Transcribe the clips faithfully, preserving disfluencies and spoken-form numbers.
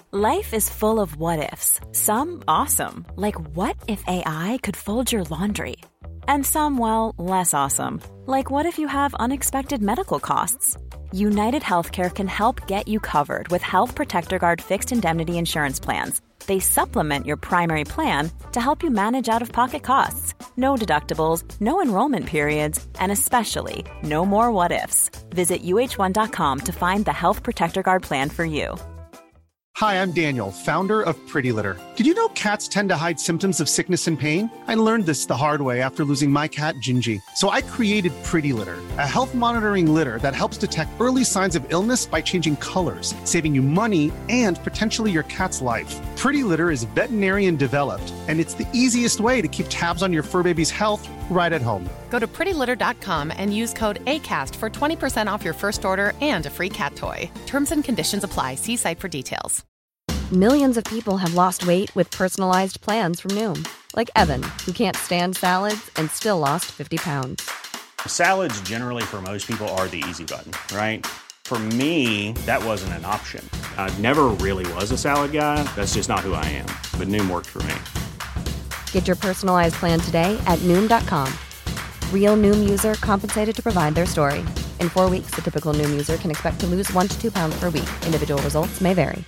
Life is full of what-ifs. Some awesome, like what if A I could fold your laundry? And some, well, less awesome, like what if you have unexpected medical costs? United Healthcare can help get you covered with Health Protector Guard fixed indemnity insurance plans. They supplement your primary plan to help you manage out-of-pocket costs. No deductibles, no enrollment periods, and especially no more what-ifs. Visit U H one dot com to find the Health Protector Guard plan for you. Hi, I'm Daniel, founder of Pretty Litter. Did you know cats tend to hide symptoms of sickness and pain? I learned this the hard way after losing my cat, Gingy. So I created Pretty Litter, a health monitoring litter that helps detect early signs of illness by changing colors, saving you money and potentially your cat's life. Pretty Litter is veterinarian developed, and it's the easiest way to keep tabs on your fur baby's health right at home. Go to pretty litter dot com and use code ACAST for twenty percent off your first order and a free cat toy. Terms and conditions apply. See site for details. Millions of people have lost weight with personalized plans from Noom. Like Evan, who can't stand salads and still lost fifty pounds. Salads generally for most people are the easy button, right? For me, that wasn't an option. I never really was a salad guy. That's just not who I am. But Noom worked for me. Get your personalized plan today at Noom dot com. Real Noom user compensated to provide their story. In four weeks, the typical Noom user can expect to lose one to two pounds per week. Individual results may vary.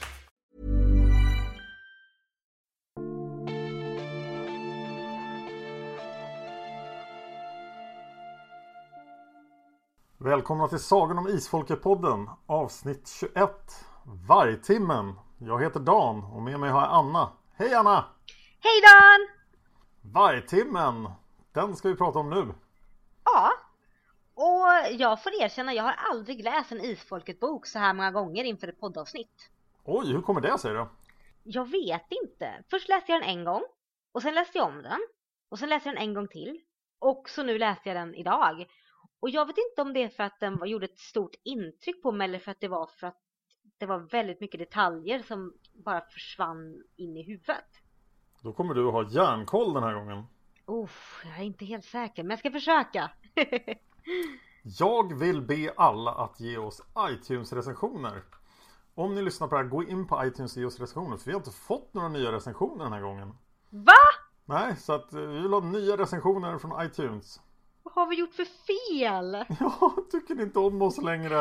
Välkomna till Sagan om Isfolket-podden, avsnitt tjugoett, Vargtimmen. Jag heter Dan och med mig har jag Anna. Hej Anna! Hej Dan! Vargtimmen, den ska vi prata om nu. Ja, och jag får erkänna, jag har aldrig läst en Isfolket-bok så här många gånger inför ett poddavsnitt. Oj, hur kommer det sig då? Jag vet inte. Först läste jag den en gång, och sen läste jag om den, och sen läste jag den en gång till, och så nu läste jag den idag. Och jag vet inte om det är för att den var, gjorde ett stort intryck på mig eller för att det var för att det var väldigt mycket detaljer som bara försvann in i huvudet. Då kommer du att ha järnkoll den här gången. Uff, jag är inte helt säker, men jag ska försöka. Jag vill be alla att ge oss iTunes-recensioner. Om ni lyssnar på det här, gå in på iTunes och ge oss recensioner. För vi har inte fått några nya recensioner den här gången. Va? Nej, så att vi vill ha nya recensioner från iTunes. Vad har vi gjort för fel? Ja, tycker ni inte om oss längre?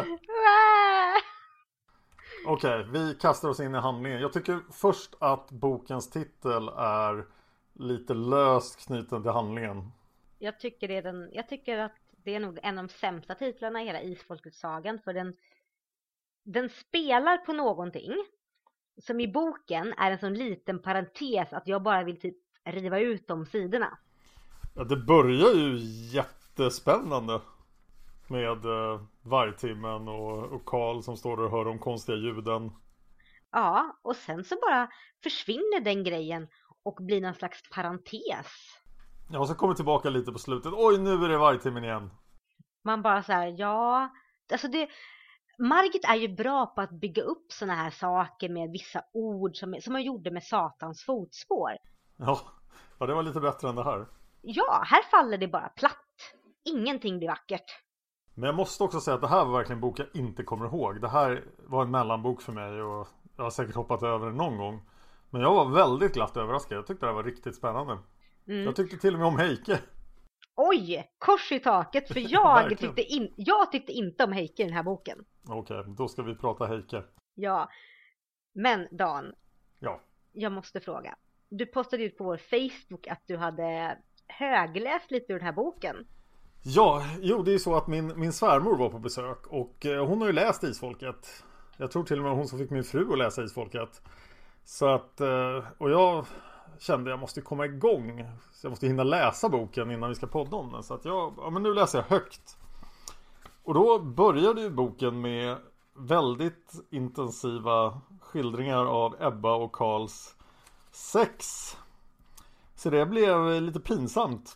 Okej, okay, vi kastar oss in i handlingen. Jag tycker först att bokens titel är lite löst knuten till handlingen. Jag tycker, det är den, jag tycker att det är nog en av de sämsta titlarna i hela Isfolket-sagan. För den, den spelar på någonting som i boken är en sån liten parentes att jag bara vill typ riva ut de sidorna. Ja, det börjar ju jättespännande med uh, Vargtimmen och, och Karl som står och hör de konstiga ljuden. Ja, och sen så bara försvinner den grejen och blir någon slags parentes. Ja, och så kommer tillbaka lite på slutet. Oj, nu är det Vargtimmen igen. Man bara så här, ja... Alltså det... Margit är ju bra på att bygga upp såna här saker med vissa ord som, som man gjorde med Satans fotspår. Ja, ja, det var lite bättre än det här. Ja, här faller det bara platt. Ingenting blir vackert. Men jag måste också säga att det här var verkligen en bok jag inte kommer ihåg. Det här var en mellanbok för mig och jag har säkert hoppat över den någon gång. Men jag var väldigt glatt överraskad. Jag tyckte det här var riktigt spännande. Mm. Jag tyckte till och med om Heike. Oj, kors i taket. För jag, tyckte, in, jag tyckte inte om Heike i den här boken. Okej, då ska vi prata Heike. Ja, men Dan. Ja. Jag måste fråga. Du postade ut på vår Facebook att du hade högläst lite ur den här boken. Ja, jo det är så att min, min svärmor var på besök och eh, hon har ju läst Isfolket. Jag tror till och med hon som fick min fru att läsa Isfolket. Så att, eh, och jag kände jag måste komma igång. Så jag måste hinna läsa boken innan vi ska podda om den. Så att jag, ja men nu läser jag högt. Och då började ju boken med väldigt intensiva skildringar av Ebba och Karls sex. Så det blev lite pinsamt.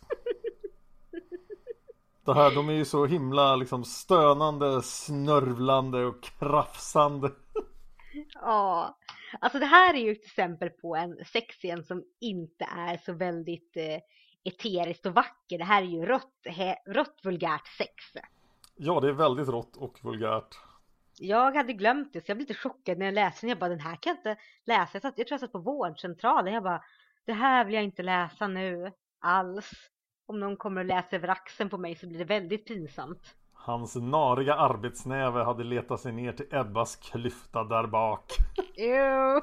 Det här, de är ju så himla liksom stönande, snörvlande och krafsande. Ja, alltså det här är ju ett exempel på en sexscen som inte är så väldigt eh, eteriskt och vacker. Det här är ju rått, he, rått vulgärt sex. Ja, det är väldigt rått och vulgärt. Jag hade glömt det, så jag blev lite chockad när jag läste den. Jag bara, den här kan jag inte läsa. Jag, satt, jag tror jag satt på vårdcentralen. Jag bara, det här vill jag inte läsa nu alls. Om någon kommer och läser över axeln på mig så blir det väldigt pinsamt. Hans nariga arbetsnäve hade letat sig ner till Ebbas klyfta där bak. Jo.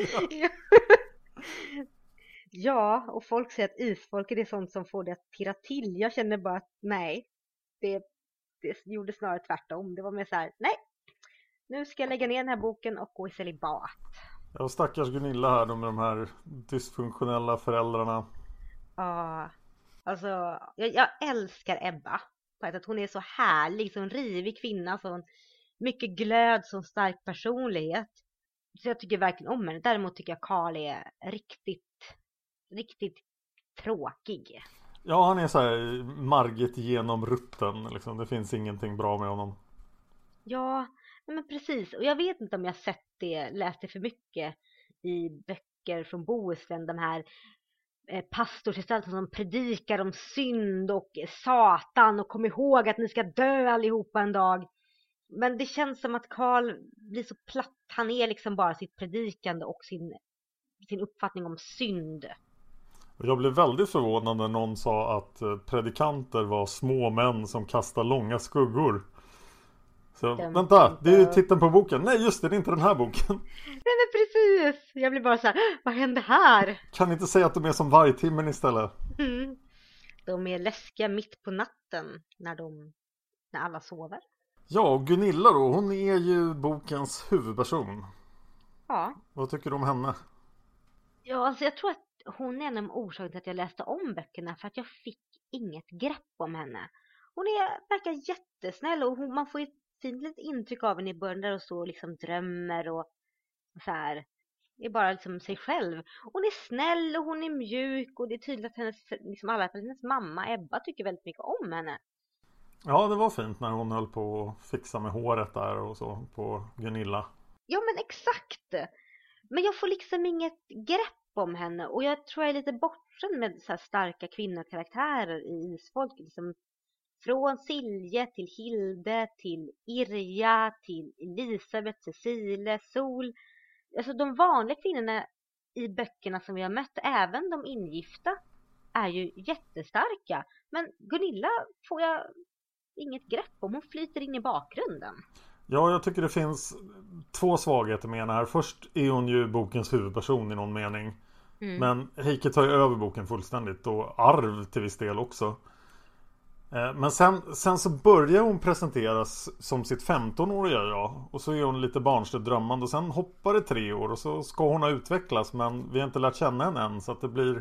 Ja, och folk säger att isfolk är det sånt som får det att pirra till. Jag känner bara att nej, det, det gjorde snarare tvärtom. Det var mer så här, nej, nu ska jag lägga ner den här boken och gå i celibat. Ja, stackars Gunilla här då med de här dysfunktionella föräldrarna. Ja, alltså jag, jag älskar Ebba. På ett att hon är så härlig, så en rivig kvinna, så en mycket glöd, så en stark personlighet. Så jag tycker verkligen om henne. Däremot tycker jag Karl är riktigt, riktigt tråkig. Ja, han är så här Margit genom rutten liksom. Det finns ingenting bra med honom. Ja, men precis. Och jag vet inte om jag sett det, läst det för mycket i böcker från Bohuslän. De här eh, pastorsgestalterna som predikar om synd och satan och kom ihåg att ni ska dö allihopa en dag. Men det känns som att Karl blir så platt. Han är liksom bara sitt predikande och sin, sin uppfattning om synd. Jag blev väldigt förvånad när någon sa att predikanter var små män som kastar långa skuggor. Så, Den vänta, inte... det är ju titeln på boken. Nej, just det, det är inte den här boken. Nej, men precis. Jag blir bara så här, vad hände här? Kan inte säga att de är som vargtimmen istället? Mm. De är läskiga mitt på natten när, de, när alla sover. Ja, och Gunilla då, hon är ju bokens huvudperson. Ja. Vad tycker du om henne? Ja, alltså jag tror att hon är en av orsakerna till att jag läste om böckerna, för att jag fick inget grepp om henne. Hon är, verkar jättesnäll och hon, man får ett fint litet intryck av henne i början där och så liksom drömmer och så här. Det är bara liksom sig själv. Hon är snäll och hon är mjuk och det är tydligt att hennes, liksom alla, hennes mamma Ebba tycker väldigt mycket om henne. Ja, det var fint när hon höll på att fixa med håret där och så på Gunilla. Ja, men exakt. Men jag får liksom inget grepp om henne. Och jag tror jag är lite bortskämd med så här starka kvinnokaraktärer i Isfolk. Liksom från Silje till Hilde till Irja till Elisabeth, Cecile, Sol. Alltså de vanliga kvinnorna i böckerna som vi har mött, även de ingifta, är ju jättestarka. Men Gunilla får jag inget grepp om. Hon flyter in i bakgrunden. Ja, jag tycker det finns två svagheter med henne här. Först är hon ju bokens huvudperson i någon mening. Mm. Men Heike tar ju över boken fullständigt och Arv till viss del också. Men sen, sen så börjar hon presenteras som sitt femtonåriga jag. Och så är hon lite barnsligt drömmande. Och sen hoppar det tre år och så ska hon ha utvecklats. Men vi har inte lärt känna henne än. Så att det blir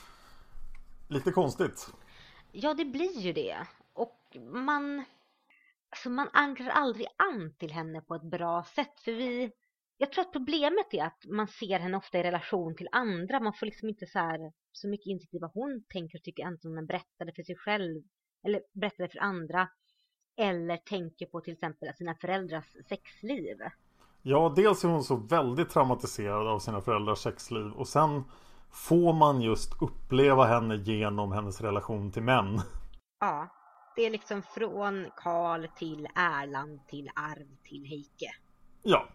lite konstigt. Ja, det blir ju det. Och man, alltså man ankrar aldrig an till henne på ett bra sätt. För vi, jag tror att problemet är att man ser henne ofta i relation till andra. Man får liksom inte så, här, så mycket insikt i vad hon tänker och tycker. Antingen hon berättade för sig själv eller berättade för andra. Eller tänker på till exempel sina föräldrars sexliv. Ja, dels är hon så väldigt traumatiserad av sina föräldrars sexliv. Och sen får man just uppleva henne genom hennes relation till män. Ja, det är liksom från Karl till Erland till Arv till Heike. Ja.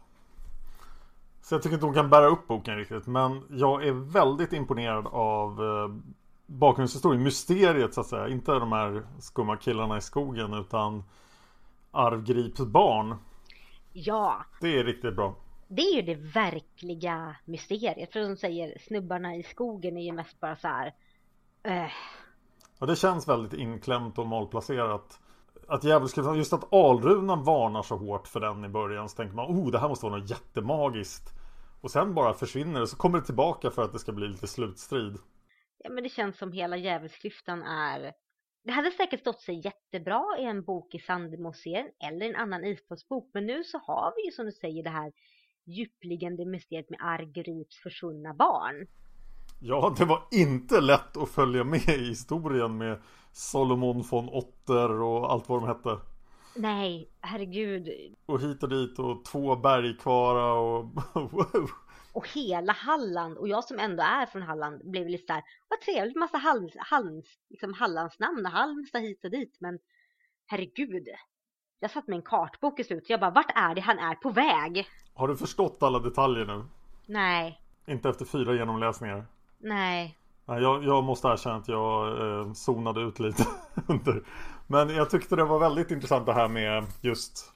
Så jag tycker inte hon kan bära upp boken riktigt. Men jag är väldigt imponerad av eh, bakgrundshistorien, mysteriet så att säga. Inte de här skumma killarna i skogen utan Arv grips barn. Ja. Det är riktigt bra. Det är ju det verkliga mysteriet. För de säger snubbarna i skogen är ju mest bara så här. Äh. Ja, det känns väldigt inklämt och malplacerat. Att djävulskliftan, just att Alrunan varnar så hårt för den i början, så tänker man, oh, det här måste vara något jättemagiskt. Och sen bara försvinner det, så kommer det tillbaka för att det ska bli lite slutstrid. Ja, men det känns som hela djävulsklyftan är... Det hade säkert stått sig jättebra i en bok i Sandemo-serien eller en annan isfolksbok. Men nu så har vi ju som du säger det här djupliggande mysteriet med Argryps försvunna barn. Ja, det var inte lätt att följa med i historien med Solomon von Otter och allt vad de hette. Nej, herregud. Och hit och dit och två bergkvara och... Och hela Halland, och jag som ändå är från Halland blev lite så här, vad trevligt, massa Hallands, Hallands, liksom Hallandsnamn och Halmstad hit och dit, men herregud, Jag satt med en kartbok i slut. Jag bara, vart är det han är på väg? Har du förstått alla detaljer nu? Nej. Inte efter fyra genomläsningar? Nej. Nej, jag, jag måste erkänna att jag eh, zonade ut lite under. Men jag tyckte det var väldigt intressant det här med just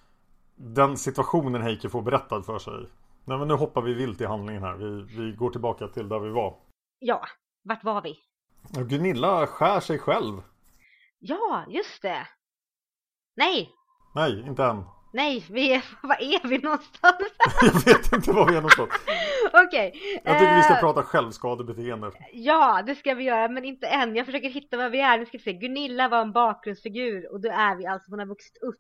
den situationen Heike får berättad för sig. Nej, men nu hoppar vi vilt i handlingen här. Vi, vi går tillbaka till där vi var. Ja, vart var vi? Gunilla skär sig själv. Ja, just det. Nej. Nej, inte än. Nej, vi är, var är vi någonstans? Jag vet inte var vi är någonstans. Okej. Okay. Jag tycker uh, vi ska uh, prata självskadebeteende. Ja, det ska vi göra, men inte än. Jag försöker hitta var vi är. Nu ska vi se. Gunilla var en bakgrundsfigur och då är vi alltså, hon har vuxit upp.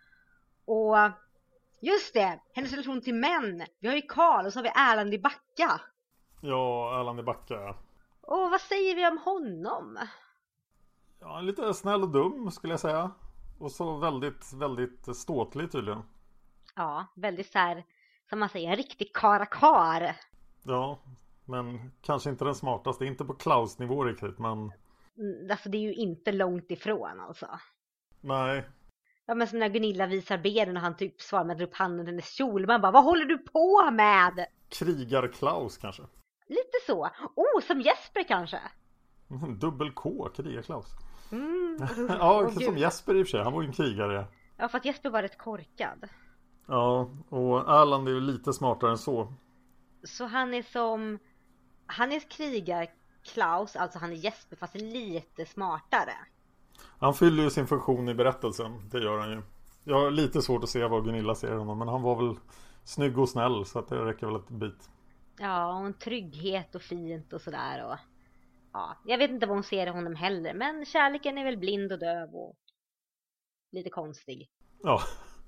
Och just det, hennes relation till män. Vi har ju Karl och så har vi Erland i Backa. Ja, Erland i Backa, ja. Och vad säger vi om honom? Ja, lite snäll och dum skulle jag säga. Och så väldigt, väldigt ståtlig tydligen. Ja, väldigt så här, som man säger, en riktig karakar. Ja, men kanske inte den smartaste. Inte på Klaus-nivå riktigt, men... Mm, alltså det är ju inte långt ifrån alltså. Nej. Ja, men som när Gunilla visar benen och han typ svarar med att dra upp handen i hennes kjol. Man bara, vad håller du på med? Krigar Klaus kanske. Lite så. Oh, som Jesper kanske. Mm, dubbel K, krigar Klaus. Mm. Ja, oh, som Jesper i och för sig. Han var ju en krigare. Ja, för att Jesper var rätt korkad. Ja, och Erland är ju lite smartare än så. Så han är som... Han är krigar Klaus, alltså han är Jesper, fast lite smartare. Han fyller ju sin funktion i berättelsen, det gör han ju. Jag har lite svårt att se vad Gunilla ser honom, men han var väl snygg och snäll, så att det räcker väl ett bit. Ja, och en trygghet och fint och sådär. Och, ja, jag vet inte vad hon ser i honom heller, men kärleken är väl blind och döv och lite konstig. Ja.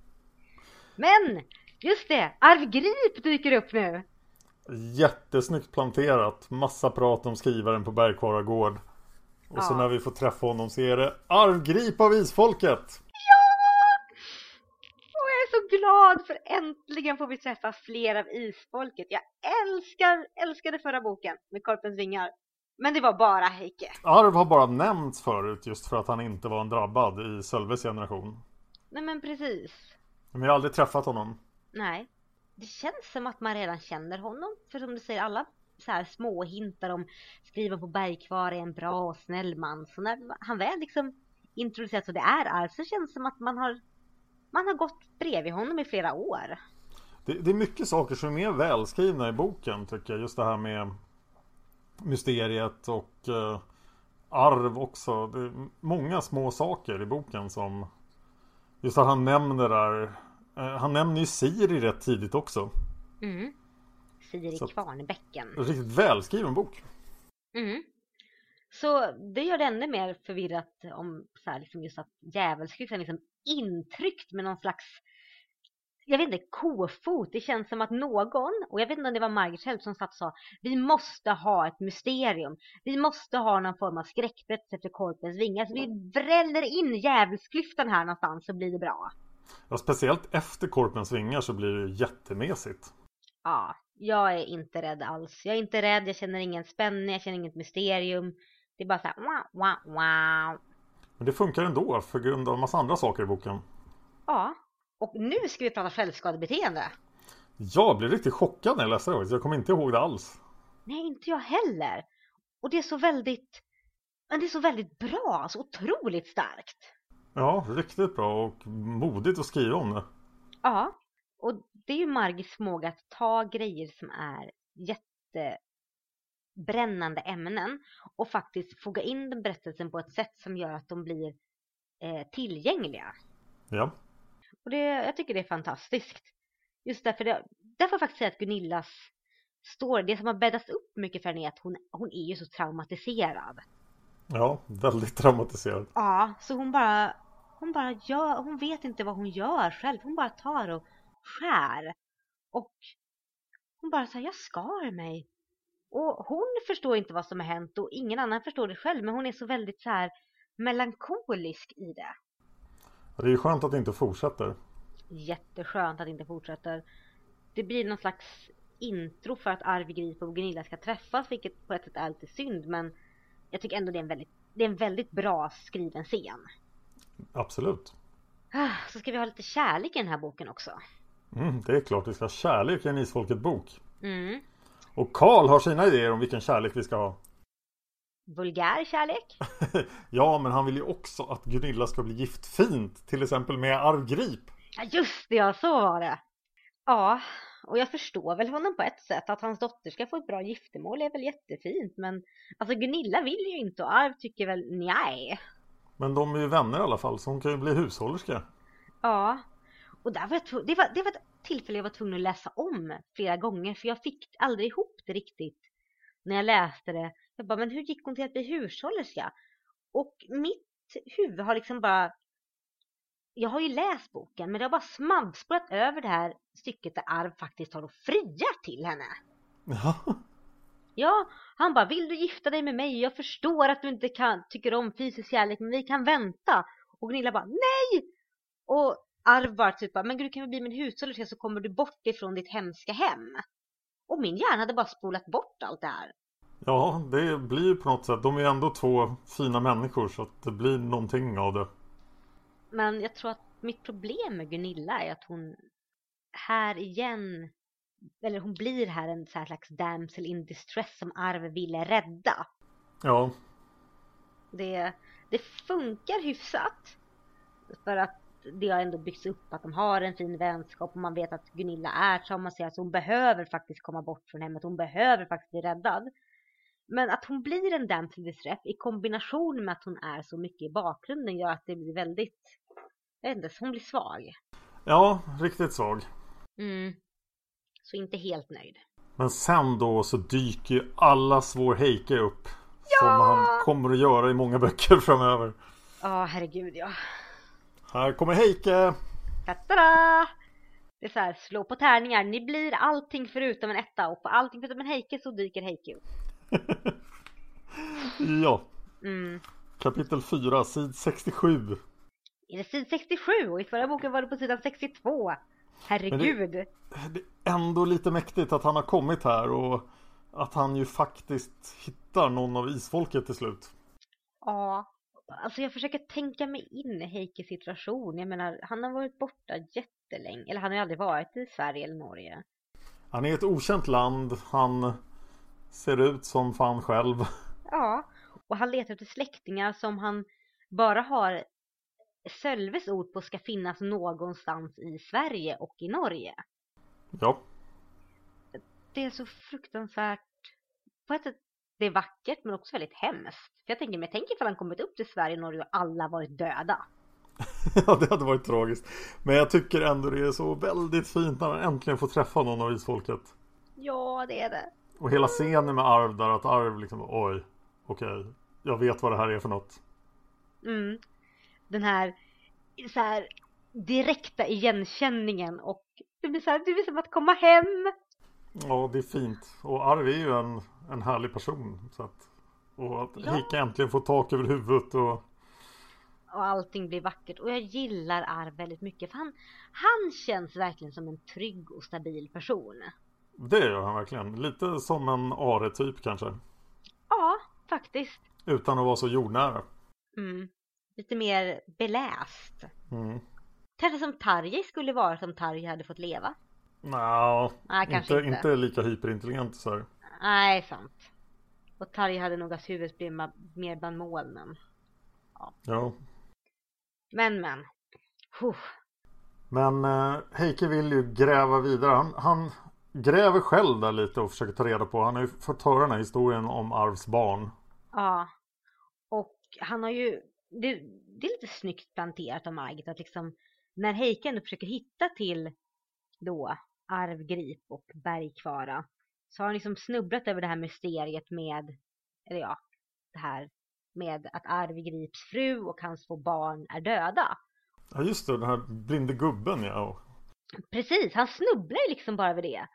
Men, just det, Arv Grip dyker upp nu. Jättesnyggt planterat, massa prat om skrivaren på Bergkvara gård. Och ja. Så när vi får träffa honom så är det Arv Grip av isfolket. Ja! Och jag är så glad för äntligen får vi träffa fler av isfolket. Jag älskar, älskade förra boken med Korpens vingar. Men det var bara Heike. Arv har bara nämnts förut just för att han inte var en drabbad i Sölves generation. Nej, men precis. Men jag har aldrig träffat honom. Nej. Det känns som att man redan känner honom. För som du säger, alla så här små hintar om skriva på Bergkvara är en bra och snäll man. Så när han väl liksom introduceras så det är Arv, så känns det som att man har, man har gått bredvid honom i flera år. Det, det är mycket saker som är mer välskrivna i boken tycker jag. Just det här med mysteriet och eh, Arv också. Det är många små saker i boken som just att han nämner där. Eh, han nämner ju Siri rätt tidigt också. Mm. Siri så, Kvarnbäcken. Riktigt välskriven bok. Mm. Så det gör det ännu mer förvirrat om så här, liksom just att djävulskyxan liksom intryckt med någon slags, jag vet inte, kofot. Det känns som att någon, och jag vet inte om det var Margit själv som satt och sa, vi måste ha ett mysterium. Vi måste ha någon form av skräckberättelse efter Korpens vingar. Så vi vräller in djävulsklyftan här någonstans så blir det bra. Ja, speciellt efter Korpens vingar så blir det jättemesigt. Ja, jag är inte rädd alls. Jag är inte rädd, jag känner ingen spänning, jag känner inget mysterium. Det är bara så här, wow, wow, wow. Men det funkar ändå för grund av en massa andra saker i boken. Ja, och nu ska vi prata självskadebeteende. Jag blev riktigt chockad när jag läste det. Jag kommer inte ihåg det alls. Nej, inte jag heller. Och det är så väldigt, men det är så väldigt bra, så otroligt starkt. Ja, riktigt bra och modigt att skriva om det. Ja, och det är ju Margits förmåga att ta grejer som är jättebrännande ämnen och faktiskt foga in den berättelsen på ett sätt som gör att de blir eh, tillgängliga. Ja. Och det, jag tycker det är fantastiskt. Just därför, det, därför jag faktiskt säga att Gunillas story, det som har bäddats upp mycket för henne är att hon, hon är ju så traumatiserad. Ja, väldigt traumatiserad. Ja, så hon bara, hon bara gör, hon vet inte vad hon gör själv. Hon bara tar och skär. Och hon bara säger, jag skar mig. Och hon förstår inte vad som har hänt och ingen annan förstår det själv. Men hon är så väldigt så här melankolisk i det. Det är ju skönt att det inte fortsätter. Jätteskönt att det inte fortsätter. Det blir någon slags intro för att Arv Grip och Gunilla ska träffas, vilket på ett sätt är lite synd, men jag tycker ändå det är en väldigt, det är en väldigt bra skriven scen. Absolut. Så ska vi ha lite kärlek i den här boken också. Mm, det är klart vi ska ha kärlek i en Isfolket-bok. Mm. Och Karl har sina idéer om vilken kärlek vi ska ha. Vulgär kärlek? Ja, men han vill ju också att Gunilla ska bli giftfint. Till exempel med Arvgrip. Ja, just det, ja, så var det. Ja, och jag förstår väl honom på ett sätt. Att hans dotter ska få ett bra giftermål är väl jättefint. Men alltså Gunilla vill ju inte och Arv tycker väl nej. Men de är ju vänner i alla fall, så hon kan ju bli hushållerska. Ja, och där var jag tv- det, var, det var ett tillfälle jag var tvungen att läsa om flera gånger. För jag fick aldrig ihop det riktigt när jag läste det. Jag bara, men hur gick hon till att bli hushållerska? Och mitt huvud har liksom bara... Jag har ju läst boken, men det har bara snabbspårat över det här stycket där Arv faktiskt har att fria till henne. Ja. Ja, han bara, vill du gifta dig med mig? Jag förstår att du inte kan, tycker om fysisk kärlek, men vi kan vänta. Och Gunilla bara, nej! Och Arv bara typ, men du kan väl bli min hushållerska så kommer du bort ifrån ditt hemska hem. Och min hjärna hade bara spolat bort allt det här. Ja, det blir ju på något sätt. De är ändå två fina människor så att det blir någonting av det. Men jag tror att mitt problem med Gunilla är att hon här igen, eller hon blir här en sån här slags damsel in distress som Arv ville rädda. Ja. Det, det funkar hyfsat för att det har ändå byggts upp att de har en fin vänskap och man vet att Gunilla är som man säger, att hon behöver faktiskt komma bort från hemmet, hon behöver faktiskt bli räddad. Men att hon blir en damsel in distress i kombination med att hon är så mycket i bakgrunden gör att det blir väldigt, jag vet inte, hon blir svag. Ja, riktigt svag. Mm. Så inte helt nöjd. Men sen då så dyker ju allas vår Heike upp. Ja! Som han kommer att göra i många böcker framöver. Ja, herregud, ja. Här kommer Heike. Ta-da! Det är så här, slå på tärningar. Ni blir allting förutom en etta. Och på allting förutom en Heike så dyker Heike upp. Ja. Mm. Kapitel fyra, sid sextiosju. Är det sid sextiosju? Och i förra boken var det på sidan sextiotvå. Herregud. Det, det är ändå lite mäktigt att han har kommit här. Och att han ju faktiskt hittar någon av isfolket till slut. Ja. Alltså jag försöker tänka mig in i Heikes situation. Jag menar, han har varit borta jättelänge. Eller han har ju aldrig varit i Sverige eller Norge. Han är i ett okänt land. Han ser ut som fan själv. Ja, och han letar efter släktingar som han bara har Sölves ord på ska finnas någonstans i Sverige och i Norge. Ja. Det är så fruktansvärt. På ett sätt, det är vackert men också väldigt hemskt. För jag tänker mig, tänk ifall han kommit upp till Sverige och Norge och alla varit döda. Ja, det hade varit tragiskt. Men jag tycker ändå det är så väldigt fint när han äntligen får träffa någon av isfolket. Ja, det är det. Och hela scenen med Arv där, att Arv liksom, oj, okej, okay, jag vet vad det här är för något. Mm. Den här, så här direkta igenkänningen och det blir så här, det blir som att komma hem. Ja, det är fint. Och Arv är ju en, en härlig person. Så att, och att ja. Heike äntligen får tak över huvudet och... Och allting blir vackert. Och jag gillar Arv väldigt mycket. För han, han känns verkligen som en trygg och stabil person. Det gör han verkligen. Lite som en Are-typ kanske. Ja, faktiskt. Utan att vara så jordnära. Mm. Lite mer beläst. Mm. Kanske som Tarjei skulle vara som Tarjei hade fått leva. Nå, Nej, kanske inte, inte. inte lika hyperintelligent så här. Nej, sant. Och Tarjei hade nog att huvudet blev mer bland molnen. Ja. Ja. Men, men. Huh. Men eh, Heike vill ju gräva vidare. Han, han gräver själv där lite och försöker ta reda på. Han har ju fått höra den här historien om Arvs barn. Ja. Och han har ju... Det, det är lite snyggt planterat av Margit att liksom... När Heike ändå försöker hitta till då Arvgrip och Bergkvara, så har han liksom snubblat över det här mysteriet med... Eller ja, det här med att Arvgrips fru och hans två barn är döda. Ja just det, den här blinde gubben, ja. Precis, han snubblar ju liksom bara över det.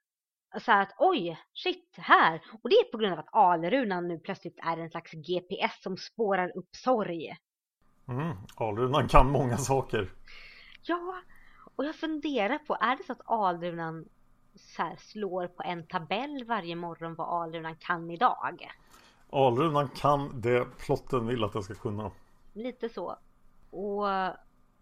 Så här att, oj, shit, här. Och det är på grund av att Alrunan nu plötsligt är en slags G P S som spårar upp sorg. Mm, Alrunan kan många saker. Ja, och jag funderar på, är det så att Alrunan så här slår på en tabell varje morgon vad Alrunan kan idag? Alrunan kan det plotten vill att jag ska kunna. Lite så. Och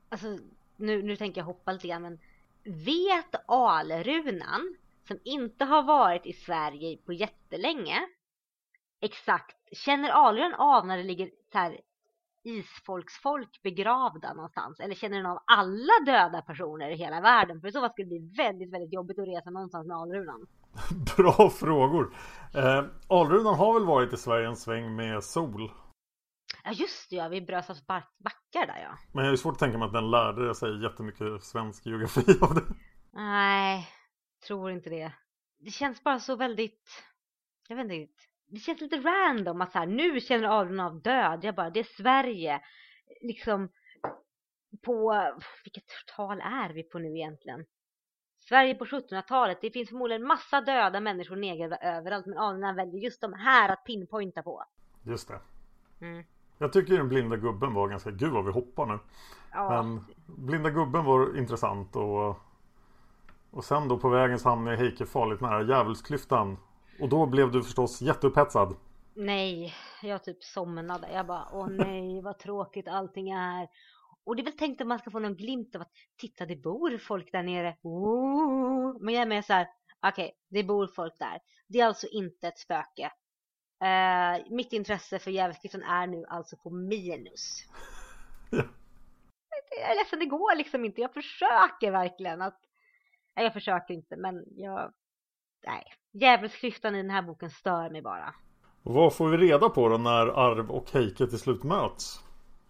alltså nu, nu tänker jag hoppa lite grann, men vet Alrunan, som inte har varit i Sverige på jättelänge, exakt, känner Alrunan av när det ligger så här isfolksfolk begravda någonstans? Eller känner den av alla döda personer i hela världen? För i så fall skulle det bli väldigt, väldigt jobbigt att resa någonstans med Alrunan. Bra frågor. Eh, Alrunan har väl varit i Sverige en sväng med Sol? Ja just det, ja, vi Brösarps backar där, ja. Men jag är svårt att tänka mig att den lärde sig jättemycket svensk geografi av det. Nej, tror inte det. Det känns bara så väldigt, jag vet inte, det känns lite random att så här, nu känner Alrunan av död. Jag bara, det är Sverige. Liksom på, vilket tal är vi på nu egentligen? Sverige på sjuttonhundratalet. Det finns förmodligen massa döda människor nedgrävda överallt. Men Alrunan väljer just de här att pinpointa på. Just det. Mm. Jag tycker den blinda gubben var ganska, gud vad vi hoppar nu. Ja. Men blinda gubben var intressant. Och, och sen då på vägen så hamnade Heike farligt nära djävulsklyftan. Och då blev du förstås jätteupphetsad. Nej, jag typ somnade. Jag bara, åh nej, vad tråkigt allting är. Och det är väl tänkt att man ska få någon glimt av att titta, det bor folk där nere. Ooh. Men jag är med så här, okej, okay, det bor folk där. Det är alltså inte ett spöke. Uh, mitt intresse för djävulsklyftan är nu alltså på minus. Ja. Jag är ledsen, det går liksom inte. Jag försöker verkligen att... Nej, jag försöker inte, men jag... Nej, djävulsklyftan i den här boken stör mig bara. Och vad får vi reda på då när Arv och Heike till slut möts?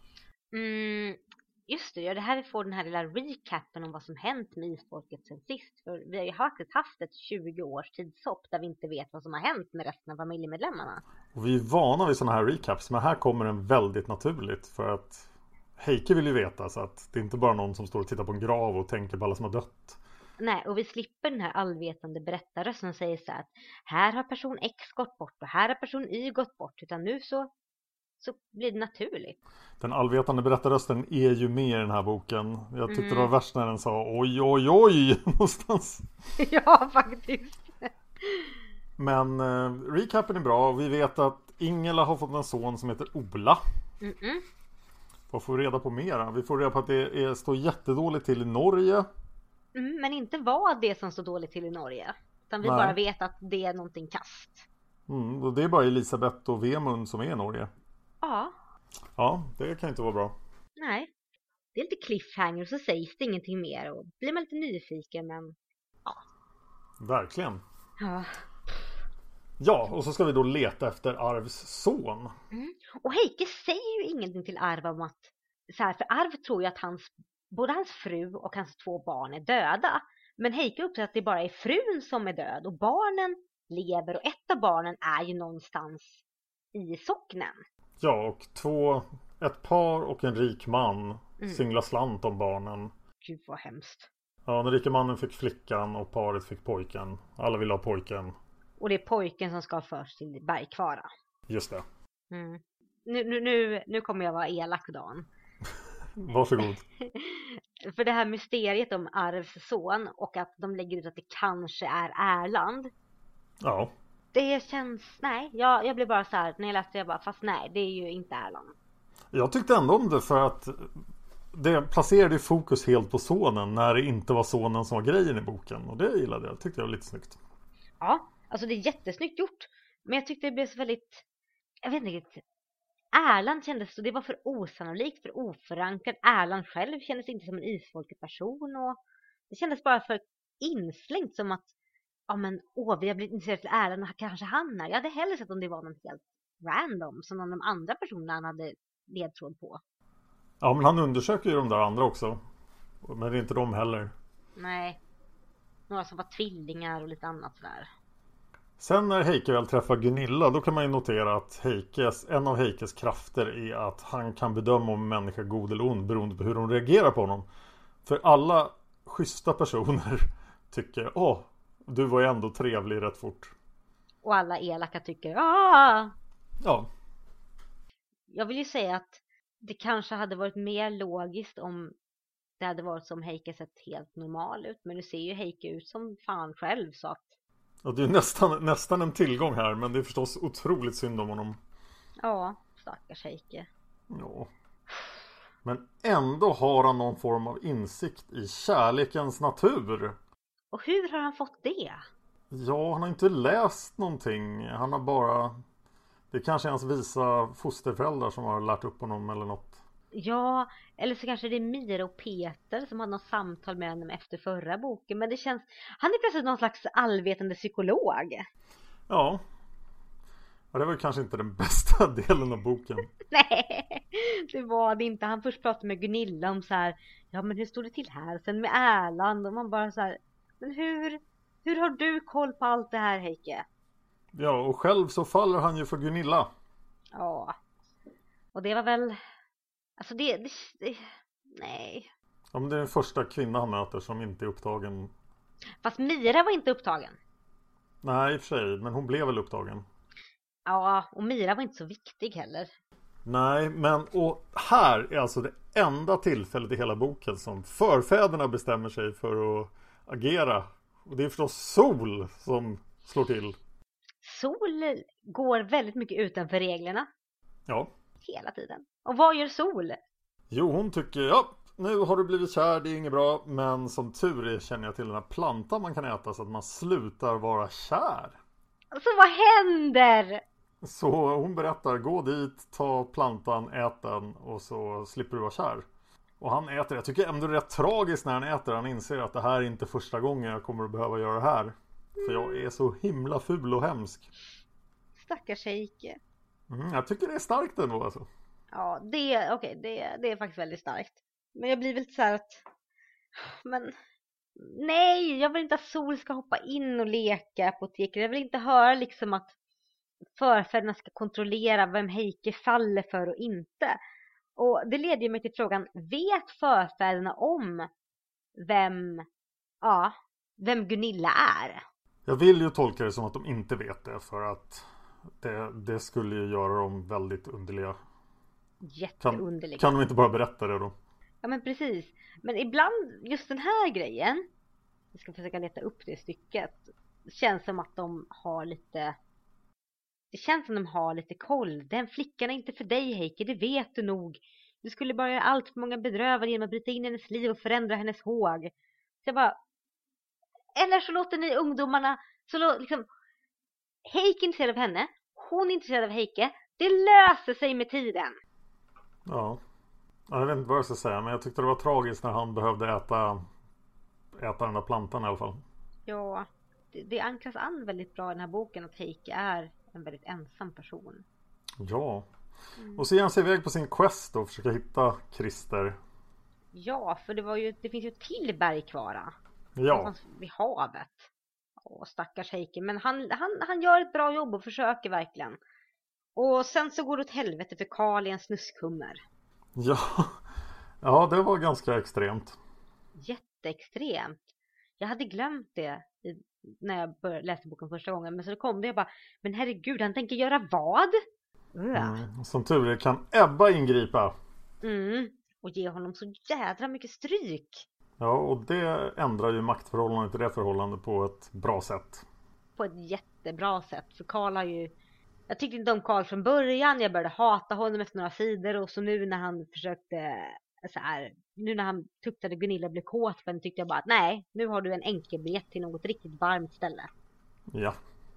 Mm, just det, ja, det här vi får den här lilla recapen om vad som hänt med isfolket sen sist. För vi har ju faktiskt haft ett tjugo års tidshopp där vi inte vet vad som har hänt med resten av familjemedlemmarna. Och vi är vana vid sådana här recaps, men här kommer den väldigt naturligt för att Heike vill ju veta, så att det är inte bara någon som står och tittar på en grav och tänker på alla som har dött. Nej, och vi slipper den här allvetande berättare som säger så att här har person X gått bort och här har person Y gått bort, utan nu så, så blir det naturligt. Den allvetande berättarrösten är ju med i den här boken. Jag tyckte mm. det var värst när den sa oj oj oj någonstans. Ja, faktiskt. Men eh, recapen är bra och vi vet att Ingela har fått en son som heter Ola. Mm-mm. Vad får vi reda på mer? Vi får reda på att det är, står jättedåligt till i Norge. Mm, men inte vad det som står dåligt till i Norge. Utan vi Nej. bara vet att det är någonting kast. Mm, och det är bara Elisabeth och Vemund som är i Norge. Ja. Ja, det kan inte vara bra. Nej. Det är lite cliffhanger och så sägs det ingenting mer. Och blir man lite nyfiken, men ja. Verkligen. Ja. Ja, och så ska vi då leta efter Arvs son. Mm. Och Heike säger ju ingenting till Arv om att... Så här, för Arv tror ju att hans... Både hans fru och hans två barn är döda. Men Heike upptäcker att det bara är frun som är död. Och barnen lever. Och ett av barnen är ju någonstans i socknen. Ja, och två... Ett par och en rik man mm. singlar slant om barnen. Gud vad hemskt. Ja, den rika mannen fick flickan och paret fick pojken. Alla vill ha pojken. Och det är pojken som ska först till Bergkvara. Just det. Mm. Nu, nu, nu, nu kommer jag vara elak, Dan. Varsågod. För det här mysteriet om Arvs son och att de lägger ut att det kanske är Erland. Ja. Det känns, nej, jag, jag blev bara så här, när jag läste jag bara, fast nej, det är ju inte Erland. Jag tyckte ändå om det för att det placerade fokus helt på sonen när det inte var sonen som var grejen i boken. Och det gillade jag, tyckte jag var lite snyggt. Ja, alltså det är jättesnyggt gjort. Men jag tyckte det blev så väldigt, jag vet inte riktigt. Erland kändes så, det var för osannolikt, för oförankrat. Erland själv kändes inte som en isfolket person och det kändes bara för inslängt som att ja men, åh, vi har blivit intresserade av Erland och kanske han är. Jag hade hellre sett om det var något helt random som någon av de andra personerna han hade ledtråd på. Ja, men han undersöker ju de där andra också. Men det är inte de heller. Nej. Några som var tvillingar och lite annat sådär. Sen när Heike väl träffar Gunilla, då kan man ju notera att Heikes, en av Heikes krafter är att han kan bedöma om en människa är god eller ond beroende på hur de reagerar på honom. För alla schyssta personer tycker, åh, du var ju ändå trevlig rätt fort. Och alla elaka tycker, ah! Ja. Jag vill ju säga att det kanske hade varit mer logiskt om det hade varit som Heike sett helt normal ut. Men nu ser ju Heike ut som fan själv, så att... Ja, det är nästan, nästan en tillgång här, men det är förstås otroligt synd om honom. Ja, stackars Heike. Ja. Men ändå har han någon form av insikt i kärlekens natur. Och hur har han fått det? Ja, han har inte läst någonting. Han har bara... Det kanske är hans visa fosterföräldrar som har lärt upp honom eller något. Ja, eller så kanske det är Mira och Peter som hade något samtal med honom efter förra boken. Men det känns... Han är plötsligt någon slags allvetande psykolog. Ja. Ja, det var kanske inte den bästa delen av boken. Nej, det var det inte. Han först pratade med Gunilla om så här... Ja, men hur står det till här? Sen med Erland och man bara så här... Men hur, hur har du koll på allt det här, Heike? Ja, och själv så faller han ju för Gunilla. Ja. Och det var väl... Alltså det... det, det nej. Ja, men det är den första kvinnan han möter som inte är upptagen. Fast Mira var inte upptagen. Nej, i och för sig. Men hon blev väl upptagen. Ja, och Mira var inte så viktig heller. Nej, men och här är alltså det enda tillfället i hela boken som förfäderna bestämmer sig för att agera. Och det är förstås Sol som slår till. Sol går väldigt mycket utanför reglerna. Ja. Hela tiden. Och vad gör Sol? Jo, hon tycker, ja, nu har du blivit kär, det är inget bra. Men som tur är känner jag till den här plantan man kan äta så att man slutar vara kär. Så vad händer? Så hon berättar, gå dit, ta plantan, ät den och så slipper du vara kär. Och han äter, jag tycker ändå det är rätt tragiskt när han äter. Han inser att det här är inte första gången jag kommer att behöva göra det här. För jag är så himla ful och hemsk. Stackars Heike. Mm, jag tycker det är starkt ändå alltså. Ja, det, okay, det, det är faktiskt väldigt starkt. Men jag blir väl så här att... Men... Nej, jag vill inte att Sol ska hoppa in och leka apoteket. Jag vill inte höra liksom att förfäderna ska kontrollera vem Heike faller för och inte. Och det leder ju mig till frågan, vet förfäderna om vem, ja, vem Gunilla är? Jag vill ju tolka det som att de inte vet det, för att det, det skulle ju göra dem väldigt underliga. Jätteunderliga. Kan, kan de inte bara berätta det då? Ja, men precis. Men ibland, just den här grejen, jag ska försöka leta upp det stycket, känns som att de har lite... Det känns som de har lite koll. Den flickan är inte för dig, Heike, det vet du nog. Du skulle bara göra allt för många bedrövade genom att bryta in i hennes liv och förändra hennes håg. Så jag bara... Eller så låter ni ungdomarna... Så lå, liksom, Heike är intresserad av henne. Hon är intresserad av Heike. Det löser sig med tiden. Ja. Jag vet inte vad jag ska säga, men jag tyckte det var tragiskt när han behövde äta, äta den där plantan i alla fall. Ja, det, det ankras an väldigt bra i den här boken att Heike är en väldigt ensam person. Ja. Mm. Och så ger han sig iväg på sin quest och försöker hitta Christer. Ja, för det var ju det finns ju till Bergkvara. Ja. Vid havet. Åh, stackars Heike. Men han, han, han gör ett bra jobb och försöker verkligen. Och sen så går det åt helvete för Karl i en snuskhummer. Ja. Ja, det var ganska extremt. Jätteextremt. Jag hade glömt det när jag började läsa boken första gången. Men så kom det jag bara, men herregud, han tänker göra vad? Mm, som tur är kan Ebba ingripa. Mm, och ge honom så jädra mycket stryk. Ja, och det ändrar ju maktförhållandet i det förhållandet på ett bra sätt. På ett jättebra sätt. För Karl har ju... Jag tyckte inte om Karl från början. Jag började hata honom efter några sidor. Och så nu när han försökte... Så här, nu när han tuktade Gunilla blev kåt för henne, tyckte jag bara att nej, nu har du en enkelbiljett till något riktigt varmt ställe. Ja.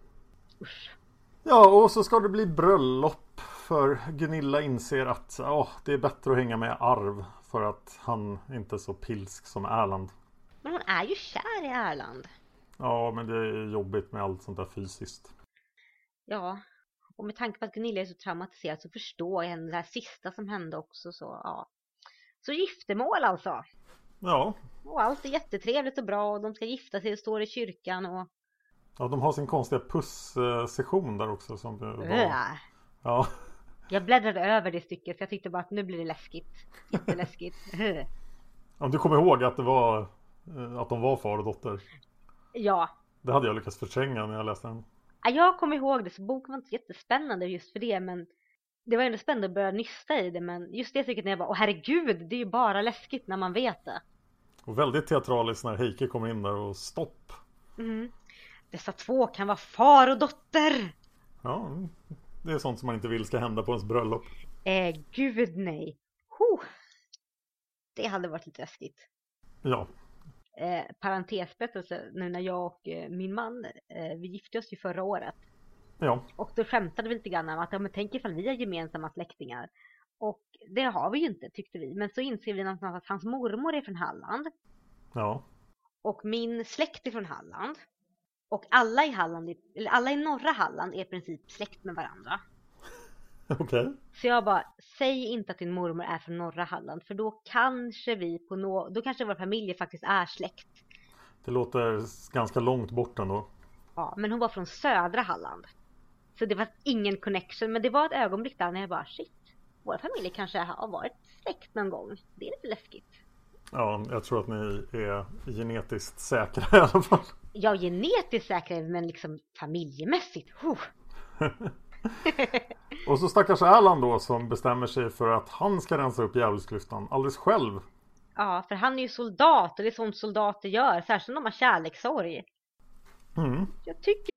Usch. Ja, och så ska det bli bröllop. För Gunilla inser att åh, det är bättre att hänga med Arv. För att han inte är så pilsk som Erland. Men hon är ju kär i Erland. Ja, men det är jobbigt med allt sånt där fysiskt. Ja, och med tanke på att Gunilla är så traumatiserad så förstår jag henne det här sista som hände också. Så ja. Så giftermål alltså. Ja. Och allt är jättetrevligt och bra och de ska gifta sig och står i kyrkan och... Ja, de har sin konstiga puss-session där också. Som var... Äh. Ja. Jag bläddrade över det stycket för jag tyckte bara att nu blir det läskigt. Jätteläskigt. Om du kommer ihåg att det var att de var far och dotter. Ja. Det hade jag lyckats förtränga när jag läste den. Ja, jag kommer ihåg det, så boken var inte jättespännande just för det, men det var ändå spännande att börja nysta i det, men just det tycker jag bara, åh herregud, det är ju bara läskigt när man vet det. Och väldigt teatraliskt när Heike kommer in där och stopp. Mm. Dessa två kan vara far och dotter. Ja, det är sånt som man inte vill ska hända på ens bröllop. Eh, gud nej. Huh. Det hade varit lite läskigt. Ja. Eh, parentesberättelse, nu när jag och eh, min man, eh, vi gifte oss ju förra året. Ja. Och då skämtade vi lite grann om att, ja, men tänk ifall vi har gemensamma släktingar. Och det har vi ju inte, tyckte vi. Men så inser vi någonstans att hans mormor är från Halland. Ja. Och min släkt är från Halland. Och alla i Halland, eller alla i norra Halland är i princip släkt med varandra. Okej. Okay. Så jag bara, säg inte att din mormor är från norra Halland. För då kanske vi på nå, då kanske vår familj faktiskt är släkt. Det låter ganska långt bort ändå. Ja, men hon var från södra Halland. Så det var ingen connection. Men det var ett ögonblick där när jag bara, shit. Våra familjer kanske har varit släkt någon gång. Det är lite läskigt. Ja, jag tror att ni är genetiskt säkra i alla fall. Ja, genetiskt säkra, men liksom familjemässigt. Och så stackars Erland då som bestämmer sig för att han ska rensa upp djävulsklyftan alldeles själv. Ja, för han är ju soldat och det är sånt soldater gör. Särskilt om de har kärlekssorg. Mm. Jag tycker...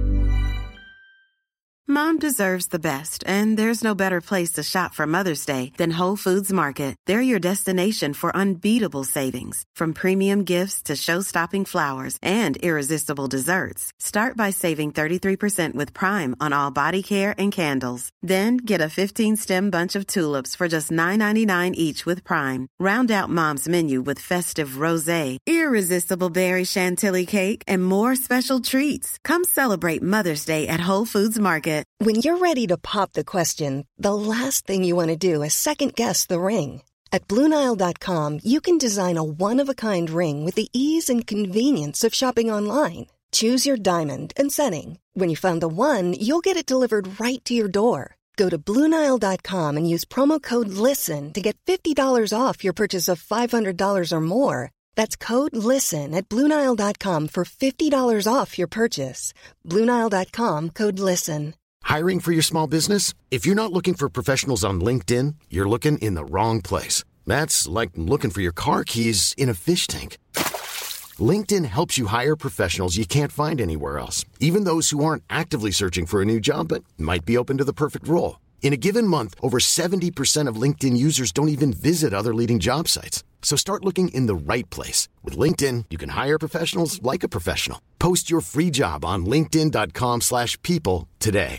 Mom deserves the best, and there's no better place to shop for Mother's Day than Whole Foods Market. They're your destination for unbeatable savings, from premium gifts to show-stopping flowers and irresistible desserts. Start by saving thirty-three percent with Prime on all body care and candles. Then get a fifteen-stem bunch of tulips for just nine ninety-nine each with Prime. Round out Mom's menu with festive rosé, irresistible berry chantilly cake, and more special treats. Come celebrate Mother's Day at Whole Foods Market. When you're ready to pop the question, the last thing you want to do is second-guess the ring. At Blue Nile dot com, you can design a one-of-a-kind ring with the ease and convenience of shopping online. Choose your diamond and setting. When you find the one, you'll get it delivered right to your door. Go to Blue Nile dot com and use promo code LISTEN to get fifty dollars off your purchase of five hundred dollars or more. That's code LISTEN at Blue Nile dot com for fifty dollars off your purchase. Blue Nile dot com, code LISTEN. Hiring for your small business? If you're not looking for professionals on LinkedIn, you're looking in the wrong place. That's like looking for your car keys in a fish tank. LinkedIn helps you hire professionals you can't find anywhere else, even those who aren't actively searching for a new job but might be open to the perfect role. In a given month, over seventy percent of LinkedIn users don't even visit other leading job sites. So start looking in the right place. With LinkedIn, you can hire professionals like a professional. Post your free job on linkedin dot com slash people today.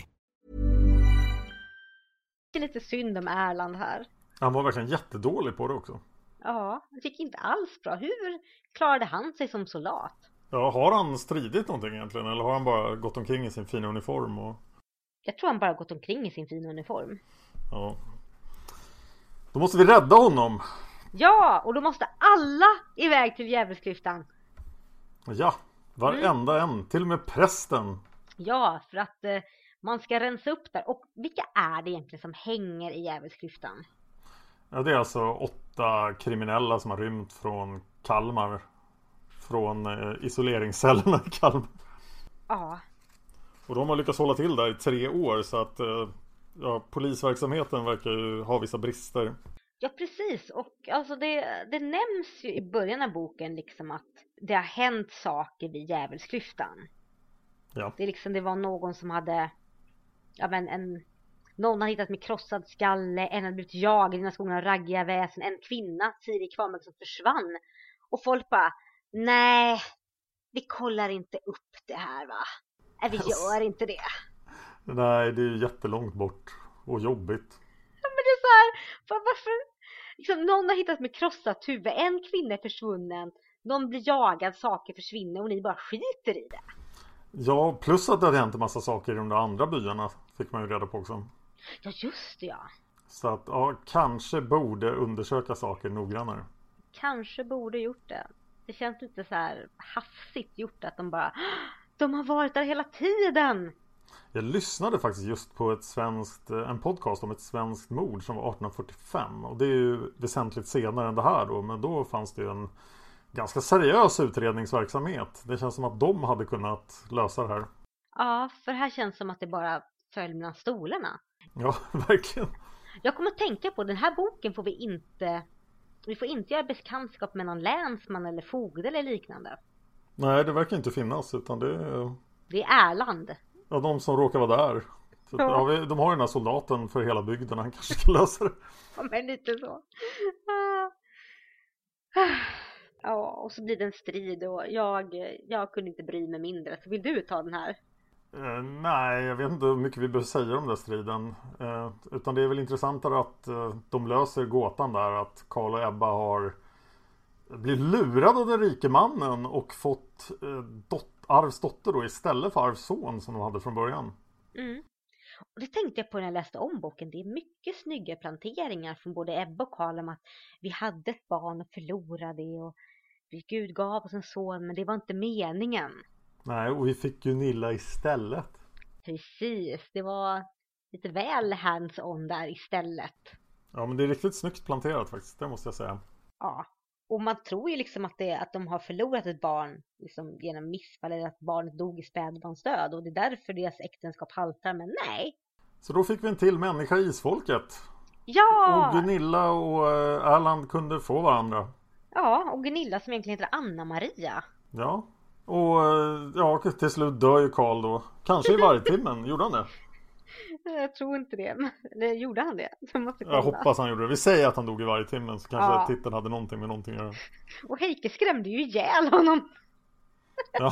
Det är lite synd om Erland här. Han var verkligen jättedålig på det också. Ja, det gick inte alls bra. Hur klarade han sig som soldat? Ja, har han stridit någonting egentligen? Eller har han bara gått omkring i sin fina uniform? Och... Jag tror han bara gått omkring i sin fina uniform. Ja. Då måste vi rädda honom. Ja, och då måste alla iväg till djävulsklyftan. Ja, varenda mm. en. Till och med prästen. Ja, för att eh, man ska rensa upp där. Och vilka är det egentligen som hänger i djävulsklyftan? Ja, det är alltså åtta kriminella som har rymt från Kalmar. Från eh, isoleringscellerna i Kalmar. Ja. Och de har lyckats hålla till där i tre år. Så att eh, ja, polisverksamheten verkar ju ha vissa brister. Ja, precis. Och alltså det, det nämns ju i början av boken liksom att det har hänt saker vid djävulsklyftan. Ja. Det, är liksom, det var någon som hade... Ja, men en... Någon har hittat med krossad skalle, en hade blivit jagad i den här skolan av raggiga väsen, en kvinna, Siri Kvarmark, som försvann. Och folk bara, nej, vi kollar inte upp det här, va? Nej, vi gör inte det. Nej, det är ju jättelångt bort och jobbigt. Ja, men det är så här, varför? Liksom, någon har hittat med krossat huvud, en kvinna är försvunnen, någon blir jagad, saker försvinner och ni bara skiter i det. Ja, plus att det hade hänt en massa saker i de där andra byarna, fick man ju reda på också. Ja, just det, ja. Så att, ja, kanske borde undersöka saker noggrannare. Kanske borde gjort det. Det känns lite så här hafsigt gjort att de bara, de har varit där hela tiden. Jag lyssnade faktiskt just på ett svenskt, en podcast om ett svenskt mord som var arton fyrtiofem. Och det är ju väsentligt senare än det här då, men då fanns det ju en ganska seriös utredningsverksamhet. Det känns som att de hade kunnat lösa det här. Ja, för här känns som att det bara föll mellan stolarna. Ja, verkligen. Jag kommer att tänka på, den här boken får vi inte, vi får inte göra bekantskap med någon länsman eller fogde eller liknande. Nej, det verkar inte finnas, utan det är... Det är Erland. Ja, de som råkar vara där. Så, ja. Ja, vi, de har ju den här soldaten för hela bygden, han kanske ska lösa det. Ja, men lite så. Ja, och så blir det en strid och jag, jag kunde inte bry mig mindre. Så vill du ta den här? Eh, nej, jag vet inte hur mycket vi behöver säga om den striden. Eh, utan det är väl intressantare att eh, de löser gåtan där. Att Karl och Ebba har blivit lurade av den rike mannen och fått eh, dot- Arvs dotter då istället för Arvs son som de hade från början. Mm. Och det tänkte jag på när jag läste om boken. Det är mycket snygga planteringar från både Ebba och Karl om att vi hade ett barn och förlorade det. Och vi Gud gav oss en son, men det var inte meningen. Nej, och vi fick Gunilla istället. Precis, det var lite väl hands-on där istället. Ja, men det är riktigt snyggt planterat faktiskt, det måste jag säga. Ja, och man tror ju liksom att, det, att de har förlorat ett barn liksom genom missfall eller att barnet dog i spädbarnsdöd. Och det är därför deras äktenskap haltar, men nej. Så då fick vi en till människa i isfolket. Ja! Och Gunilla och Erland kunde få varandra. Ja, och Gunilla som egentligen heter Anna-Maria. Ja, och ja, till slut dör ju Karl då. Kanske i vargtimmen, gjorde han det? Jag tror inte det. Eller gjorde han det? Jag, måste jag hoppas han gjorde det. Vi säger att han dog i vargtimmen, så kanske ja. titeln hade någonting med någonting att göra. Och Heike skrämde ju ihjäl honom. Ja,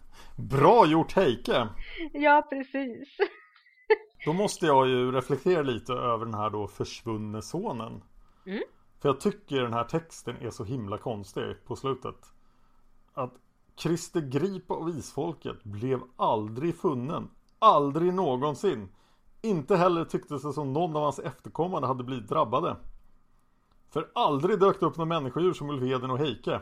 bra gjort Heike. Ja, precis. Då måste jag ju reflektera lite över den här då försvunne sonen. Mm. För jag tycker den här texten är så himla konstig på slutet. Att Christer Grip av isfolket blev aldrig funnen. Aldrig någonsin. Inte heller tycktes det som någon av hans efterkommande hade blivit drabbade. För aldrig dök det upp någon människodjur som Ulfheden och Heike.